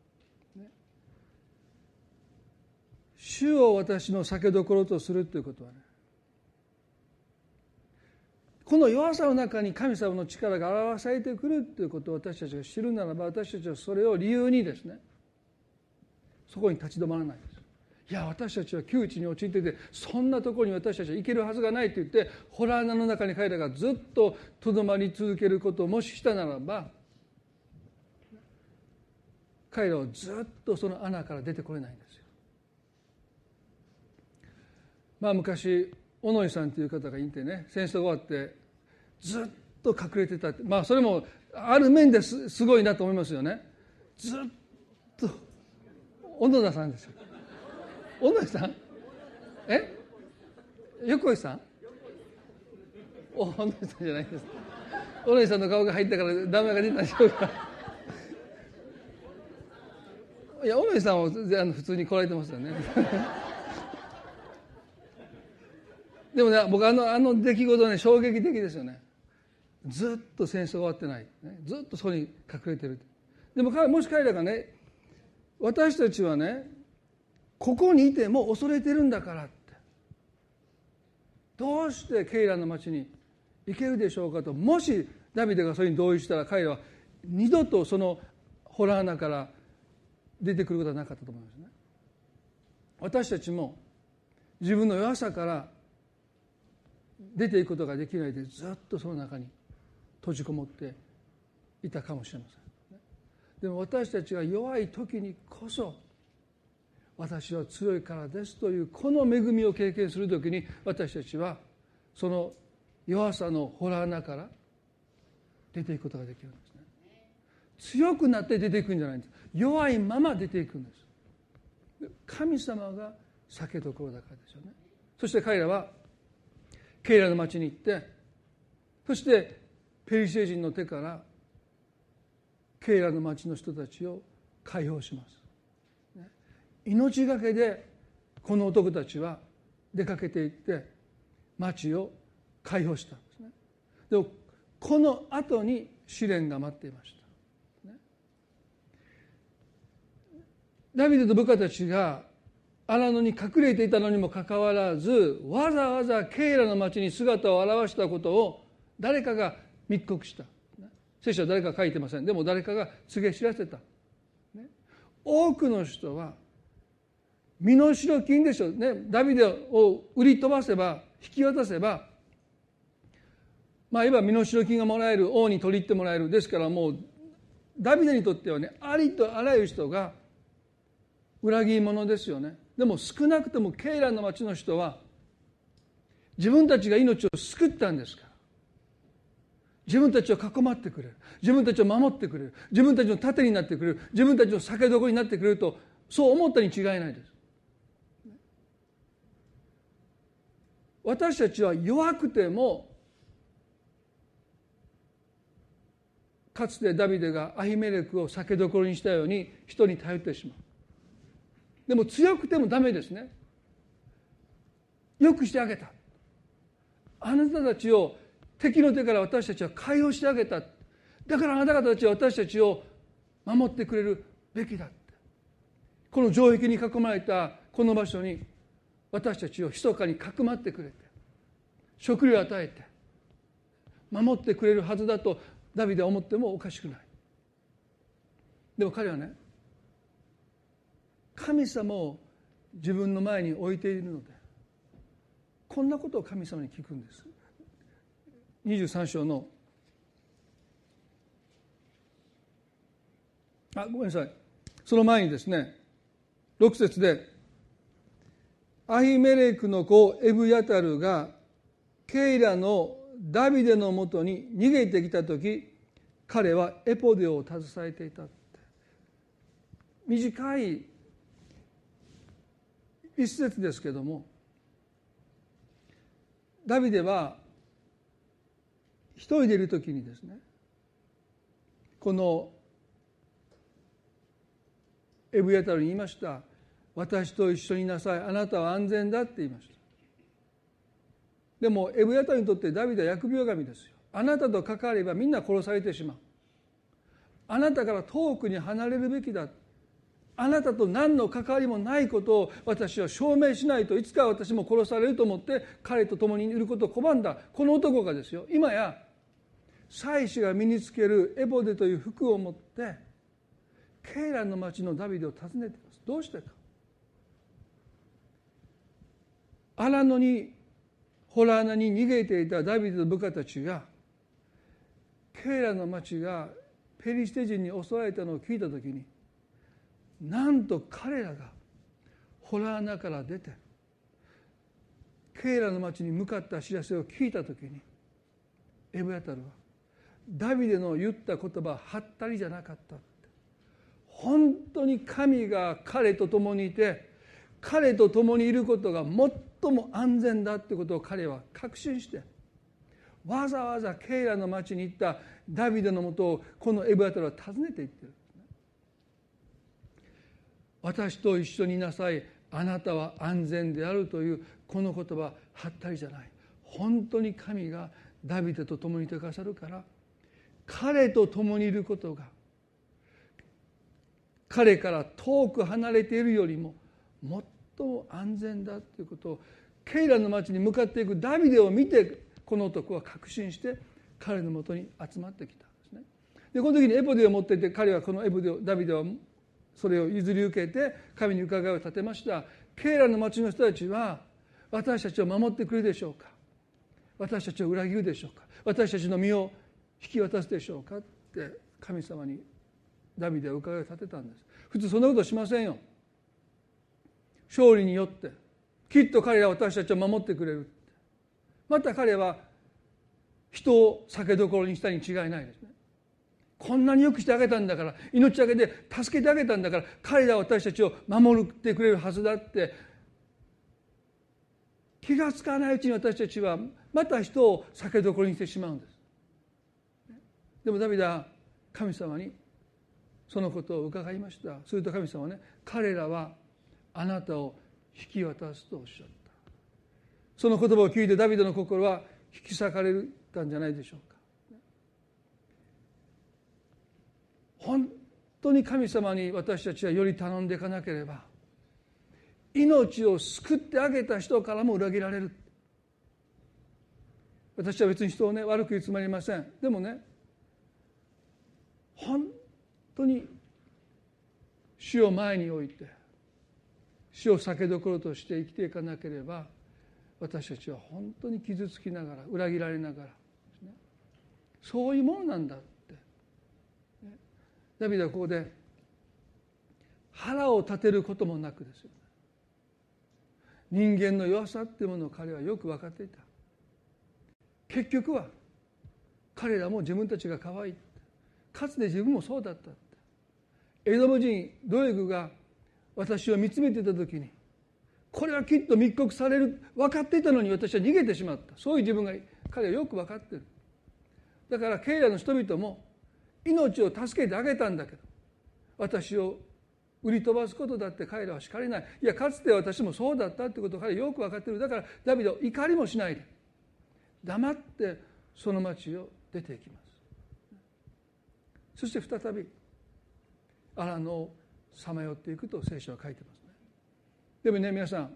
主を私の酒どころとするということはね、この弱さの中に神様の力が表されてくるということを私たちが知るならば、私たちはそれを理由にですね、そこに立ち止まらないです。いや私たちは窮地に陥っていて、そんなところに私たちは行けるはずがないと言って、ホラー穴の中に彼らがずっととどまり続けることをもししたならば、彼らはずっとその穴から出てこれないんですよ。昔小野井さんという方がいてね、戦争が終わってずっと隠れてたって、それもある面ですごいなと思いますよね。ずっと小野田さんですよ。小野井さん？横井さん？小野井さんじゃないです。小野井さんの顔が入ったからダメが出たんでしょうか。いや小野井さんは普通に来られてますよねでもね、僕あの出来事はね、衝撃的ですよね。ずっと戦争が終わってない、ずっとそこに隠れてる。でももし彼らがね、私たちはねここにいても恐れてるんだからって、どうしてケイラの町に行けるでしょうかと、もしダビデがそれに同意したら、彼らは二度とそのホラー穴から出てくることはなかったと思いますね。私たちも自分の弱さから出ていくことができないで、ずっとその中に閉じこもっていたかもしれません。でも私たちが弱い時にこそ、私は強いからですというこの恵みを経験するときに、私たちはその弱さのホラー穴から出ていくことができるんですね。強くなって出ていくんじゃないんです。弱いまま出ていくんです。神様が酒どころだからですよね。そして彼らはケイラの町に行って、そしてペリシテ人の手からケイラの町の人たちを解放します。命がけでこの男たちは出かけていって町を解放したんですね。でもこの後に試練が待っていました。ダビデと部下たちが荒野に隠れていたのにもかかわらず、わざわざケイラの町に姿を現したことを誰かが密告した。聖書は誰か書いてません。でも誰かが告げ知らせた。多くの人は身代金でしょうね。ダビデを売り飛ばせば、引き渡せば、いわば身代金がもらえる、王に取り入ってもらえる。ですからもうダビデにとってはね、ありとあらゆる人が裏切り者ですよね。 でも少なくともケイラの町の人は自分たちが命を救ったんですから、自分たちを囲まってくれる、自分たちを守ってくれる、自分たちの盾になってくれる、自分たちの酒どころになってくれると、そう思ったに違いないです。私たちは弱くても、かつてダビデがアヒメレクを酒どころにしたように人に頼ってしまう。でも強くてもダメですね。よくしてあげた。あなたたちを敵の手から私たちは解放してあげた。だからあなた方たちは私たちを守ってくれるべきだ。この城壁に囲まれたこの場所に私たちを密かにかくまってくれて、食料を与えて守ってくれるはずだとダビデは思ってもおかしくない。でも彼はね、神様を自分の前に置いているので、こんなことを神様に聞くんです。23章のごめんなさい、その前にですね、6節で、アヒメレクの子エブヤタルがケイラのダビデのもとに逃げてきたとき、彼はエポデを携えていたって。短い一節ですけども、ダビデは一人でいるときにですね、このエブヤタルに言いました。私と一緒にいなさい、あなたは安全だって言いました。でもエブヤタルにとってダビデは疫病神ですよ。あなたと関わればみんな殺されてしまう。あなたから遠くに離れるべきだ。あなたと何の関わりもないことを私は証明しないといつか私も殺されると思って彼と共にいることを拒んだこの男がですよ、今や祭司が身につけるエボデという服を持ってケイラの町のダビデを訪ねています。どうしてか。荒野にホラー穴に逃げていたダビデの部下たちがケイラの町がペリシテ人に襲われたのを聞いたときに、なんと彼らがホラー穴から出てケイラの町に向かった知らせを聞いたときに、エブヤタルはダビデの言った言葉ははったりじゃなかったって。本当に神が彼と共にいて彼と共にいることが最も安全だってことを彼は確信して、わざわざケイラの町に行ったダビデのもとをこのエブヤタルは訪ねていってる。私と一緒にいなさい、あなたは安全であるというこの言葉はったりじゃない。本当に神がダビデと共にいてくださるから、彼と共にいることが彼から遠く離れているよりも最も安全だということをケイラの町に向かっていくダビデを見て、この男は確信して彼のもとに集まってきたんですね。でこの時にエポデを持っていて、彼はこのエポデをダビデはそれを譲り受けて神に伺いを立てました。ケイラの町の人たちは私たちを守ってくれるでしょうか、私たちを裏切るでしょうか、私たちの身を引き渡すでしょうかって神様にダビデは伺いを立てたんです。普通そんなことしませんよ。勝利によってきっと彼らは私たちを守ってくれる。また彼は人を酒どころにしたに違いないですね。こんなによくしてあげたんだから、命あげて助けてあげたんだから、彼らは私たちを守ってくれるはずだって気がつかないうちに私たちはまた人を酒どころにしてしまうんです。でもダビデは神様にそのことを伺いました。すると神様はね、彼らはあなたを引き渡すとおっしゃった。その言葉を聞いてダビデの心は引き裂かれたんじゃないでしょうか。本当に神様に私たちはより頼んでいかなければ、命を救ってあげた人からも裏切られる。私は別に人をね悪く言うつもりありません。でもね、本当に主を前に置いて主を酒どころとして生きていかなければ、私たちは本当に傷つきながら裏切られながら、そういうものなんだって。ダビデはここで腹を立てることもなくですよ、 人間の弱さっていうものを彼はよく分かっていた。結局は彼らも自分たちが可愛い、かつて自分もそうだった。エドム人ドエグが私を見つめていた時に、これはきっと密告される分かっていたのに私は逃げてしまった。そういう自分が彼はよく分かっている。だからケイラの人々も命を助けてあげたんだけど、私を売り飛ばすことだって彼らは叱れない。いや、かつて私もそうだったってことを彼はよく分かっている。だからダビデは怒りもしないで黙ってその町を出ていきます。そして再び荒野をさまよっていくと聖書は書いてますね。でもね、皆さん、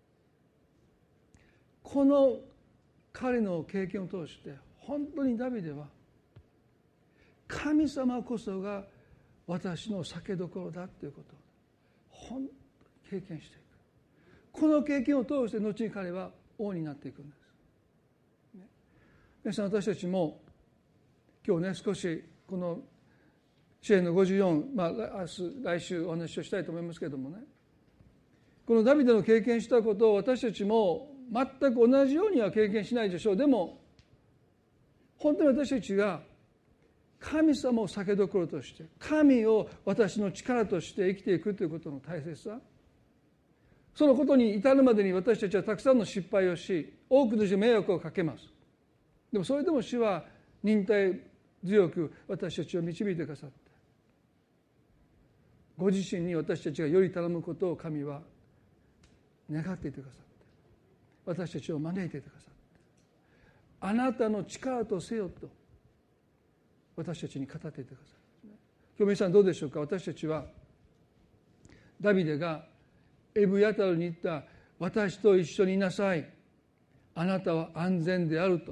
この彼の経験を通して本当にダビデは神様こそが私の酒どころだということを本当に経験していく。この経験を通して後に彼は王になっていくんです。皆さん、私たちも今日ね、少しこの詩篇の54、来週お話をしたいと思いますけれどもね、このダビデの経験したことを私たちも全く同じようには経験しないでしょう。でも本当に私たちが神様を酒どころとして、神を私の力として生きていくということの大切さ、そのことに至るまでに私たちはたくさんの失敗をし、多くの人に迷惑をかけます。でもそれでも主は忍耐強く私たちを導いてくださって、ご自身に私たちがより頼むことを神は願っていてくださって、私たちを招いていてくださって、あなたの力とせよと私たちに語っていてくださる。今日皆さんどうでしょうか。私たちはダビデがエブヤタルに言った、私と一緒にいなさい、あなたは安全であると、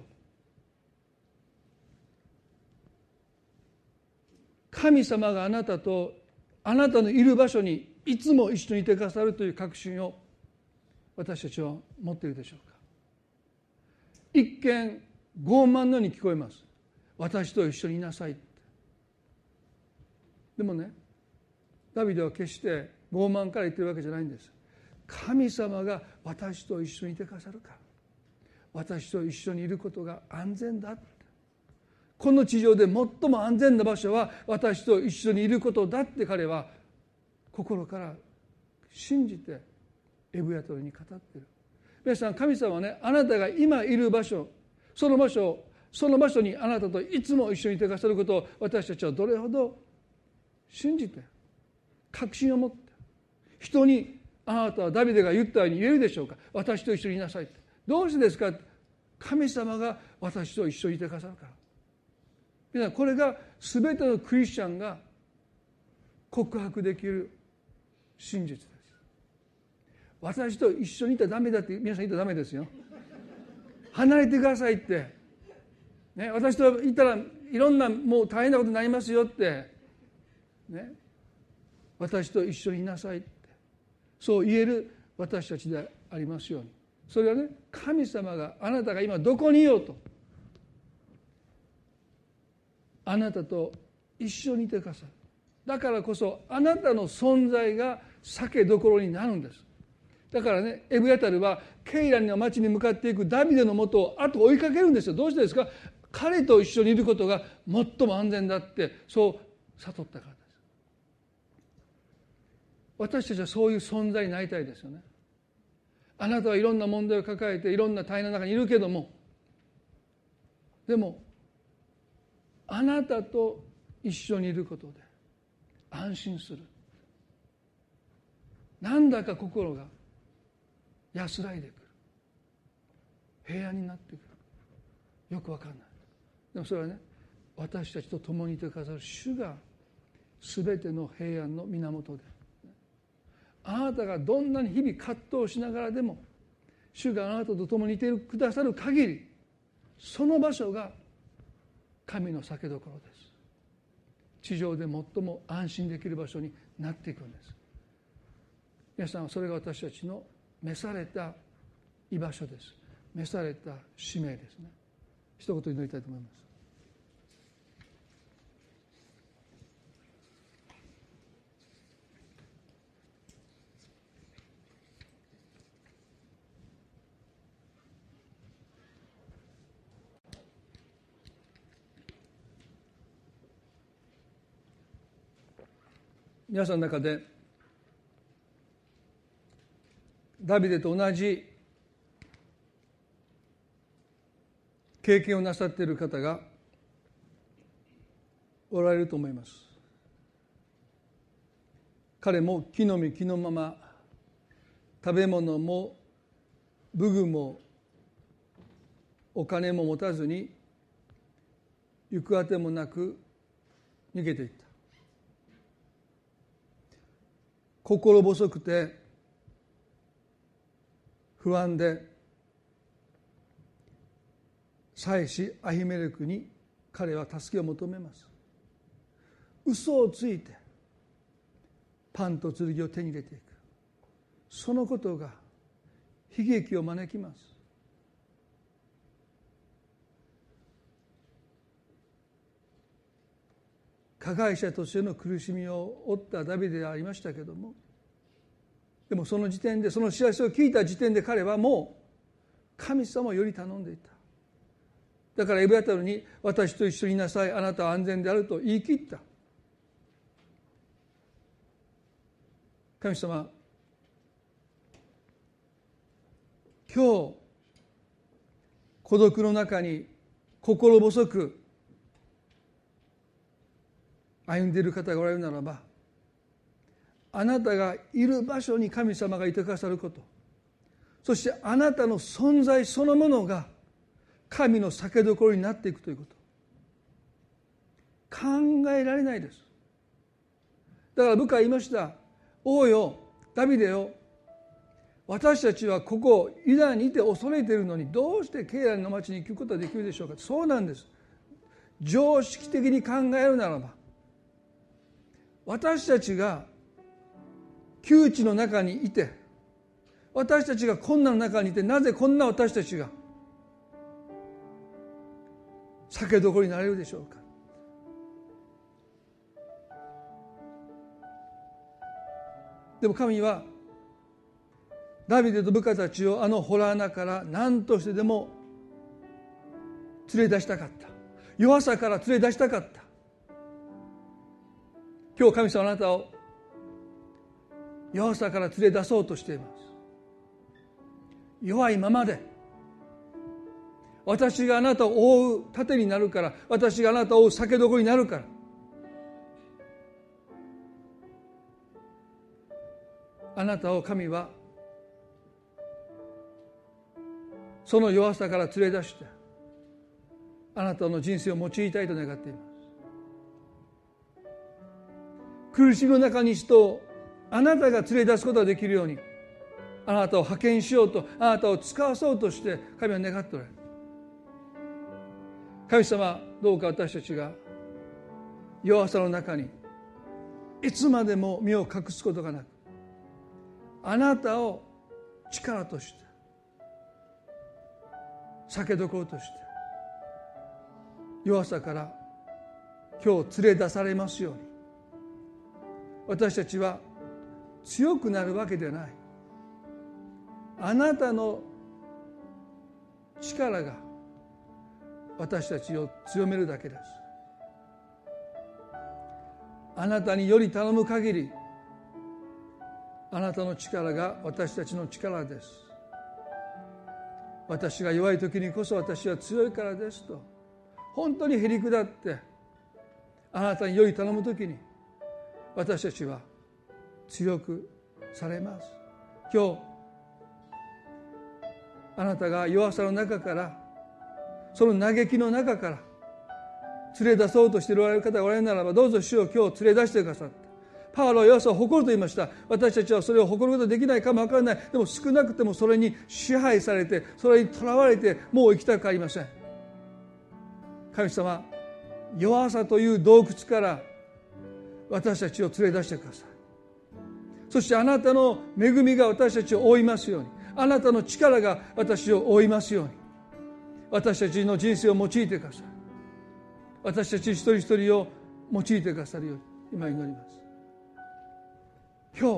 神様があなたとあなたのいる場所にいつも一緒にいてくださるという確信を私たちは持っているでしょうか。一見傲慢のように聞こえます。私と一緒にいなさいって。でもね、ダビデは決して傲慢から言ってるわけじゃないんです。神様が私と一緒にいてくださるから、私と一緒にいることが安全だって。この地上で最も安全な場所は私と一緒にいることだって彼は心から信じてエブヤトルに語っている。皆さん、神様はね、あなたが今いる場所、その場所にあなたといつも一緒にいてくださることを私たちはどれほど信じて確信を持って、人にあなたはダビデが言ったように言えるでしょうか。私と一緒にいなさいって。どうしてですか。神様が私と一緒にいてくださるから。皆さん、これが全てのクリスチャンが告白できる真実です。私と一緒にいたらダメだって皆さん言ったらダメですよ。離れてくださいって、ね、私といたらいろんなもう大変なことになりますよって、ね、私と一緒にいなさいってそう言える私たちでありますように。それはね、神様があなたが今どこにいようとあなたと一緒にいてくださる。だからこそあなたの存在が酒どころになるんです。だからね、エブヤタルはケイラの町に向かっていくダビデのもとを後追いかけるんですよ。どうしてですか。彼と一緒にいることが最も安全だってそう悟ったからです。私たちはそういう存在になりたいですよね。あなたはいろんな問題を抱えていろんな大変な中にいるけども、でもあなたと一緒にいることで安心する。なんだか心が安らいでくる。平安になってくる。よくわかんない。でもそれはね、私たちと共にいてくださる主が全ての平安の源で、あなたがどんなに日々葛藤しながらでも主があなたと共にいてくださる限り、その場所が神の酒どころです。地上で最も安心できる場所になっていくんです。皆さん、それが私たちの召された居場所です。召された使命ですね。一言祈りたいと思います。 皆さんの中でダビデと同じ経験をなさっている方がおられると思います。彼も木の実木のまま、食べ物も武具もお金も持たずに行くあてもなく逃げていった。心細くて不安で妻子アヒメレクに彼は助けを求めます。嘘をついてパンと剣を手に入れていく。そのことが悲劇を招きます。加害者としての苦しみを負ったダビデでありましたけれども、でもその時点で、その知らせを聞いた時点で彼はもう神様より頼んでいた。だからエブヤタルに私と一緒にいなさい、あなたは安全であると言い切った。神様、今日孤独の中に心細く歩んでいる方がおられるならば、あなたがいる場所に神様がいてくださること、そしてあなたの存在そのものが神の酒どころになっていくということ、考えられないです。だから部下は言いました。王よ、ダビデよ、私たちはここユダにいて恐れているのに、どうしてケイラの町に行くことができるでしょうか。そうなんです。常識的に考えるならば、私たちが窮地の中にいて、私たちが困難の中にいて、なぜこんな私たちが酒どころになれるでしょうか。でも神はダビデと部下たちをあの洞穴から何としてでも連れ出したかった。弱さから連れ出したかった。今日神様はあなたを弱さから連れ出そうとしています。弱いままで、私があなたを覆う盾になるから、私があなたを覆う酒どころになるから、あなたを神はその弱さから連れ出して、あなたの人生を用いたいと願っています。苦しみの中に人をあなたが連れ出すことができるように、あなたを派遣しようと、あなたを使わそうとして神は願っておられる。神様、どうか私たちが弱さの中にいつまでも身を隠すことがなく、あなたを力として酒どころとして弱さから今日連れ出されますように、私たちは強くなるわけではない。あなたの力が私たちを強めるだけです。あなたにより頼む限り、あなたの力が私たちの力です。私が弱い時にこそ私は強いからですと、本当にへりくだってあなたにより頼む時に、私たちは強くされます。今日あなたが弱さの中から、その嘆きの中から連れ出そうとしておられる方がおられるならば、どうぞ主を今日連れ出してくださった。パウロは弱さを誇ると言いました。私たちはそれを誇ることができないかもわからない。でも少なくてもそれに支配されて、それにとらわれてもう生きたくありません。神様、弱さという洞窟から私たちを連れ出してください。そしてあなたの恵みが私たちを覆いますように、あなたの力が私を覆いますように、私たちの人生を用いてください。私たち一人一人を用いてくださるように今祈ります。今日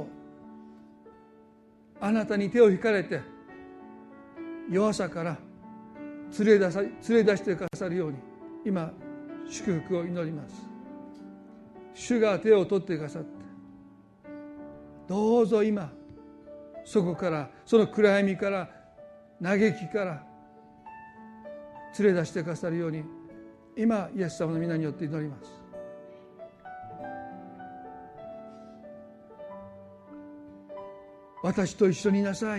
あなたに手を引かれて弱さから連れ出してくださるように今祝福を祈ります。主が手を取ってくださって、 どうぞ今そこからその暗闇から嘆きから連れ出してくださるように今イエス様の皆によって祈ります。私と一緒にいなさい。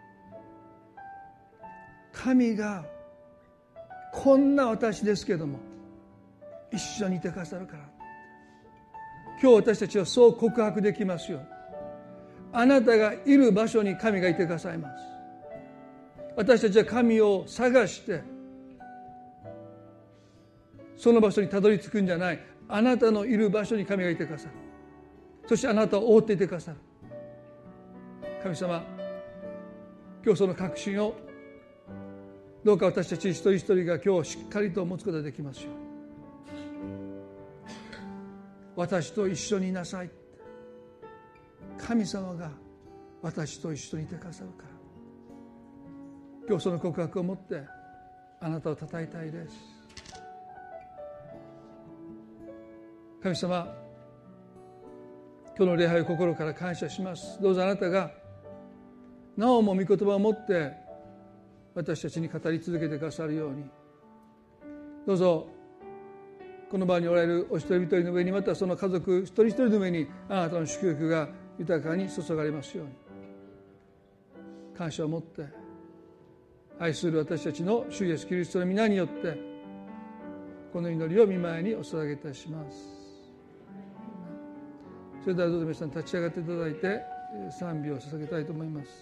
神がこんな私ですけども一緒にいてくださるから、今日私たちはそう告白できますように、あなたがいる場所に神がいてくださいます。私たちは神を探してその場所にたどり着くんじゃない、あなたのいる場所に神がいてくださる。そしてあなたを覆っていてくださる。神様、今日その確信をどうか私たち一人一人が今日しっかりと持つことができますように。私と一緒にいなさい。神様が私と一緒にいてくださるから、今日その告白を持ってあなたを称えたいです。神様、今日の礼拝を心から感謝します。どうぞあなたがなおも御言葉を持って私たちに語り続けてくださるように、どうぞこの場におられるお一人一人の上に、またその家族一人一人の上にあなたの祝福が豊かに注がれますように、感謝を持って愛する私たちの主イエスキリストの皆によってこの祈りを御前にお捧げいたします。それではどうぞ皆さん立ち上がっていただいて賛美を捧げたいと思います。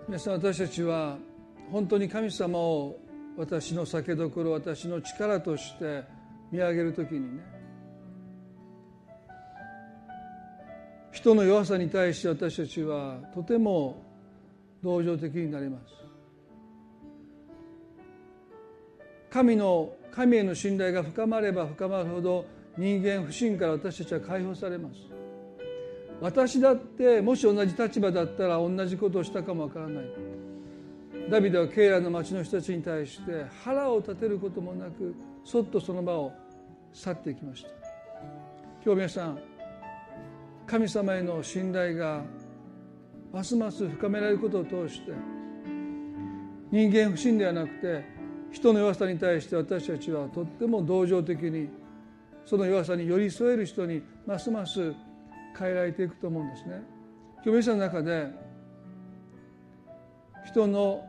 皆さん、私たちは本当に神様を私の酒どころ、私の力として見上げるときにね、人の弱さに対して私たちはとても同情的になります。神への信頼が深まれば深まるほど、人間不信から私たちは解放されます。私だってもし同じ立場だったら同じことをしたかもわからない。ダビデはケイラの町の人たちに対して腹を立てることもなく、そっとその場を去っていきました。今日皆さん、神様への信頼がますます深められることを通して、人間不信ではなくて人の弱さに対して私たちはとっても同情的に、その弱さに寄り添える人にますます変えられていくと思うんですね。今日皆さんの中で人の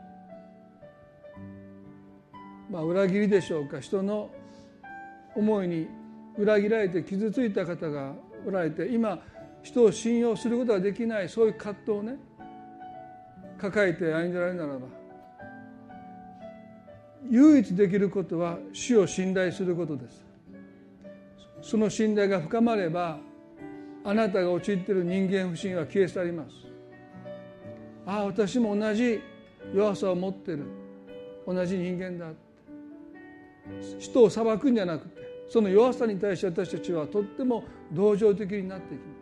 裏切りでしょうか、人の思いに裏切られて傷ついた方がおられて、今人を信用することができない、そういう葛藤をね抱えて歩んでられるならば、唯一できることは主を信頼することです。その信頼が深まれば、あなたが陥っている人間不信は消え去ります。ああ、私も同じ弱さを持っている、同じ人間だ。人を裁くんじゃなくて、その弱さに対して私たちはとっても同情的になっていきます。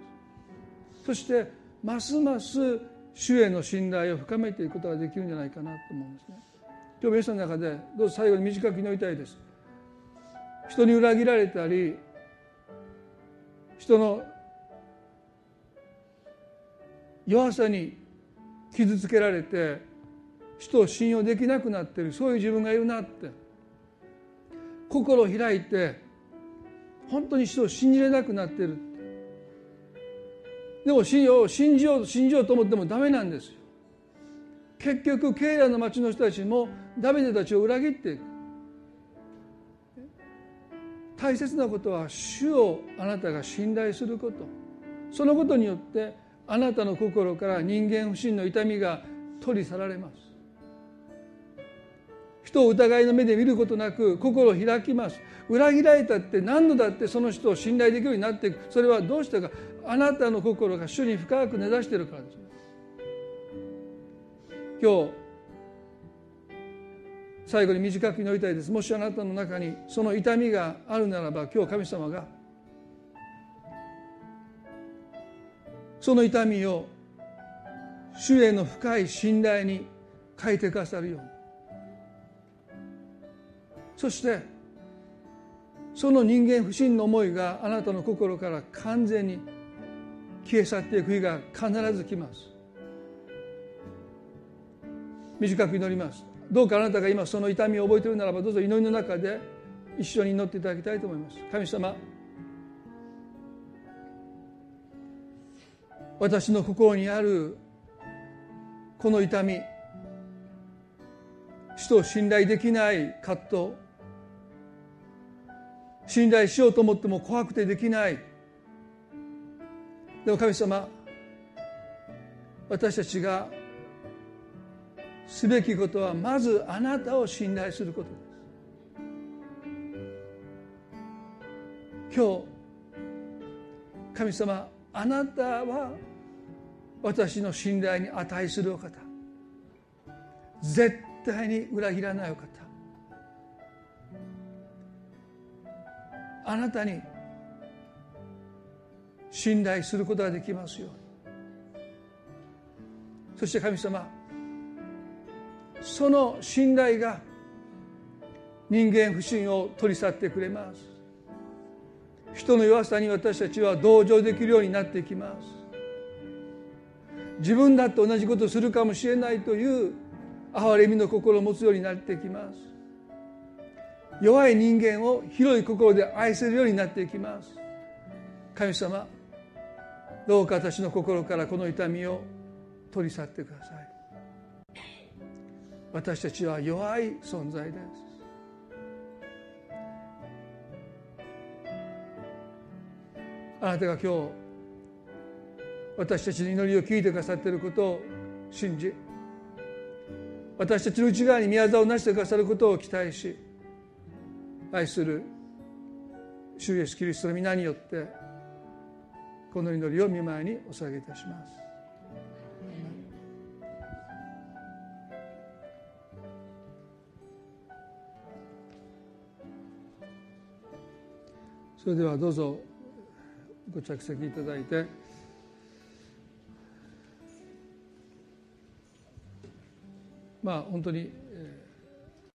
そしてますます主への信頼を深めていくことができるんじゃないかなと思うんですね。今日皆さんの中でどうぞ最後に短く祈りたいです。人に裏切られたり、人の弱さに傷つけられて人を信用できなくなっている、そういう自分がいるなって、心を開いて本当に人を信じれなくなっている。でも信じようと思ってもダメなんですよ。結局ケイラの町の人たちもダビデたちを裏切っていく。大切なことは主をあなたが信頼すること。そのことによってあなたの心から人間不信の痛みが取り去られます。人を疑いの目で見ることなく心を開きます。裏切られたって何度だってその人を信頼できるようになっていく。それはどうしてか、あなたの心が主に深く根ざしているからです。今日最後に短く祈りたいです。もしあなたの中にその痛みがあるならば、今日神様がその痛みを主への深い信頼に変えてくださるように、そしてその人間不信の思いがあなたの心から完全に消え去っていく日が必ず来ます。短く祈ります。どうかあなたが今その痛みを覚えているならば、どうぞ祈りの中で一緒に祈っていただきたいと思います。神様、私の心にあるこの痛み、主と信頼できない葛藤、信頼しようと思っても怖くてできない。でも神様、私たちがすべきことはまずあなたを信頼することです。今日神様、あなたは私の信頼に値するお方、絶対に裏切らないお方、あなたに信頼することができますように。そして神様、その信頼が人間不信を取り去ってくれます。人の弱さに私たちは同情できるようになっていきます。自分だって同じことをするかもしれないという憐れみの心を持つようになっていきます。弱い人間を広い心で愛せるようになっていきます。神様、どうか私の心からこの痛みを取り去ってください。私たちは弱い存在です。あなたが今日私たちの祈りを聞いてくださっていることを信じ、 私たちの内側に宮沢を成してくださることを期待し、愛する主イエスキリストの皆によってこの祈りを御前にお捧げいたします。それではどうぞご着席いただいて、本当に